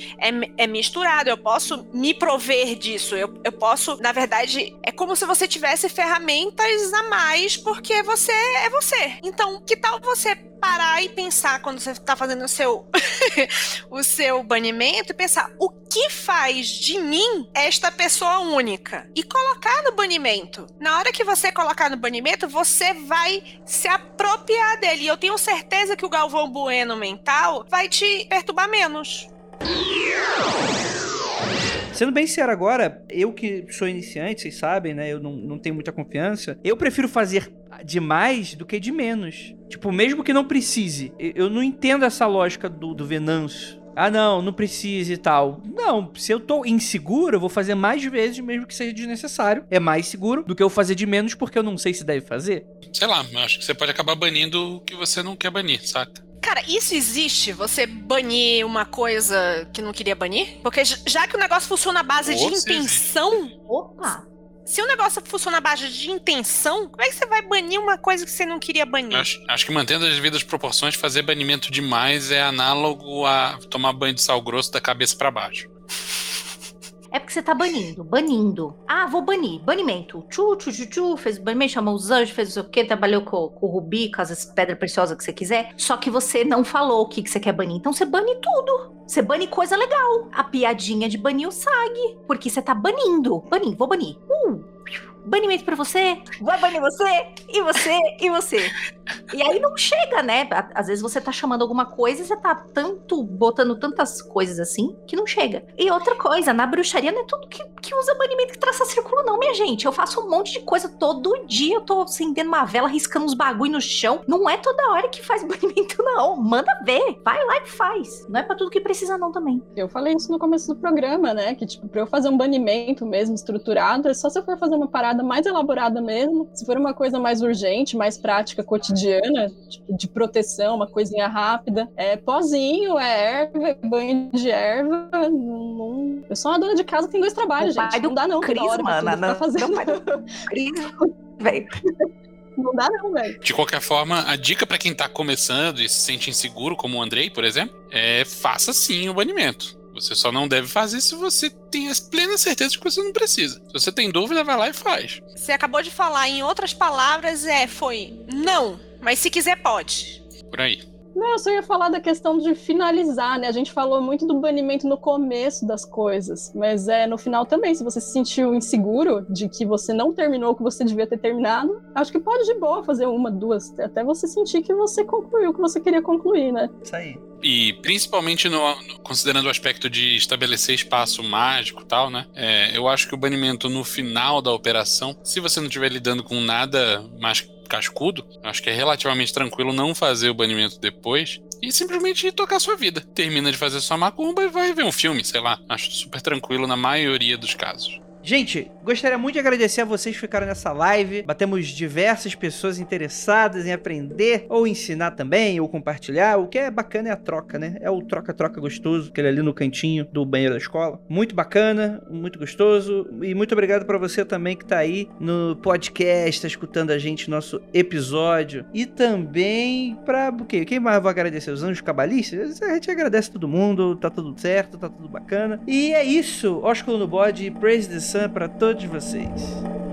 Speaker 5: é misturado, eu posso me prover disso, eu, eu posso, na verdade, é como se você tivesse ferramentas a mais, porque você é você. Então, que tal você parar e pensar quando você tá fazendo o seu o seu banimento e pensar o que faz de mim esta pessoa única e colocar no banimento. Na hora que você colocar no banimento, você vai se apropriar dele. E eu tenho certeza que o Galvão Bueno mental vai te perturbar menos.
Speaker 3: Sendo bem sincero agora, eu que sou iniciante, vocês sabem, né? Eu não, não tenho muita confiança. Eu prefiro fazer de mais do que de menos. Tipo, mesmo que não precise. Eu não entendo essa lógica do, do Venâncio. Ah, não, não precisa e tal. Não, se eu tô inseguro, eu vou fazer mais vezes, mesmo que seja desnecessário. É mais seguro do que eu fazer de menos, porque eu não sei se deve fazer.
Speaker 4: Sei lá, eu acho que você pode acabar banindo o que você não quer banir, saca?
Speaker 5: Cara, isso existe? Você banir uma coisa que não queria banir? Porque já que o negócio funciona à base de intenção...
Speaker 2: Opa!
Speaker 5: Se o negócio funciona à base de intenção, como é que você vai banir uma coisa que você não queria banir?
Speaker 4: Acho, acho que mantendo as devidas proporções, fazer banimento demais é análogo a tomar banho de sal grosso da cabeça pra baixo.
Speaker 2: É porque você tá banindo, banindo. Ah, vou banir, banimento. Tchu, tchu, tchu, tchu, fez o banimento, chamou os anjos, fez não sei o quê, trabalhou com, com o rubi, com as pedras preciosas que você quiser. Só que você não falou o que, que você quer banir. Então você bane tudo. Você bane coisa legal. A piadinha de banir o S A G. Porque você tá banindo. Banir, vou banir. Uh! Banimento pra você, vai banir você, e você, e você. E aí não chega, né? Às vezes você tá chamando alguma coisa e você tá tanto, botando tantas coisas assim, que não chega. E outra coisa, na bruxaria não é tudo que, que usa banimento que traça círculo não, minha gente. Eu faço um monte de coisa todo dia, eu tô acendendo uma vela, riscando uns bagulho no chão. Não é toda hora que faz banimento não, manda ver, vai lá e faz. Não é pra tudo que precisa não também.
Speaker 6: Eu falei isso no começo do programa, né? Que tipo, pra eu fazer um banimento mesmo estruturado, é só se eu for fazer uma parada mais elaborada mesmo. Se for uma coisa mais urgente, mais prática, cotidiana, tipo, de proteção, uma coisinha rápida, é pozinho, é erva, é banho de erva. Não... Eu sou uma dona de casa que tem dois trabalhos,
Speaker 2: o
Speaker 6: gente.
Speaker 2: Pai do
Speaker 6: não dá não.
Speaker 2: Cris,
Speaker 6: hora
Speaker 2: mana, não,
Speaker 6: tá fazendo.
Speaker 2: não, pai do Cris, velho.
Speaker 6: Não dá não, velho.
Speaker 4: De qualquer forma, a dica pra quem tá começando e se sente inseguro, como o Andrei, por exemplo, é faça sim o banimento. Você só não deve fazer se você tem a plena certeza de que você não precisa. Se você tem dúvida, vai lá e faz.
Speaker 5: Você acabou de falar, em outras palavras, é, foi não, mas se quiser pode.
Speaker 4: Por aí.
Speaker 6: Não, eu só ia falar da questão de finalizar, né? A gente falou muito do banimento no começo das coisas, mas é no final também, se você se sentiu inseguro de que você não terminou o que você devia ter terminado, acho que pode de boa fazer uma, duas, até você sentir que você concluiu o que você queria concluir, né?
Speaker 8: Isso aí.
Speaker 4: E principalmente no, no, considerando o aspecto de estabelecer espaço mágico e tal, né? É, eu acho que o banimento no final da operação, se você não estiver lidando com nada mais cascudo, acho que é relativamente tranquilo não fazer o banimento depois e simplesmente tocar sua vida. Termina de fazer sua macumba e vai ver um filme, sei lá. Acho super tranquilo na maioria dos casos.
Speaker 3: Gente, gostaria muito de agradecer a vocês que ficaram nessa live. Batemos diversas pessoas interessadas em aprender, ou ensinar também, ou compartilhar. O que é bacana é a troca, né? É o troca-troca gostoso, aquele ali no cantinho do banheiro da escola. Muito bacana, muito gostoso. E muito obrigado pra você também que tá aí no podcast, tá escutando a gente, nosso episódio. E também pra... o quê? Quem mais eu vou agradecer? Os anjos cabalistas? A gente agradece todo mundo, tá tudo certo, tá tudo bacana. E é isso. Ósculo no bode, praise the sun pra todos vocês.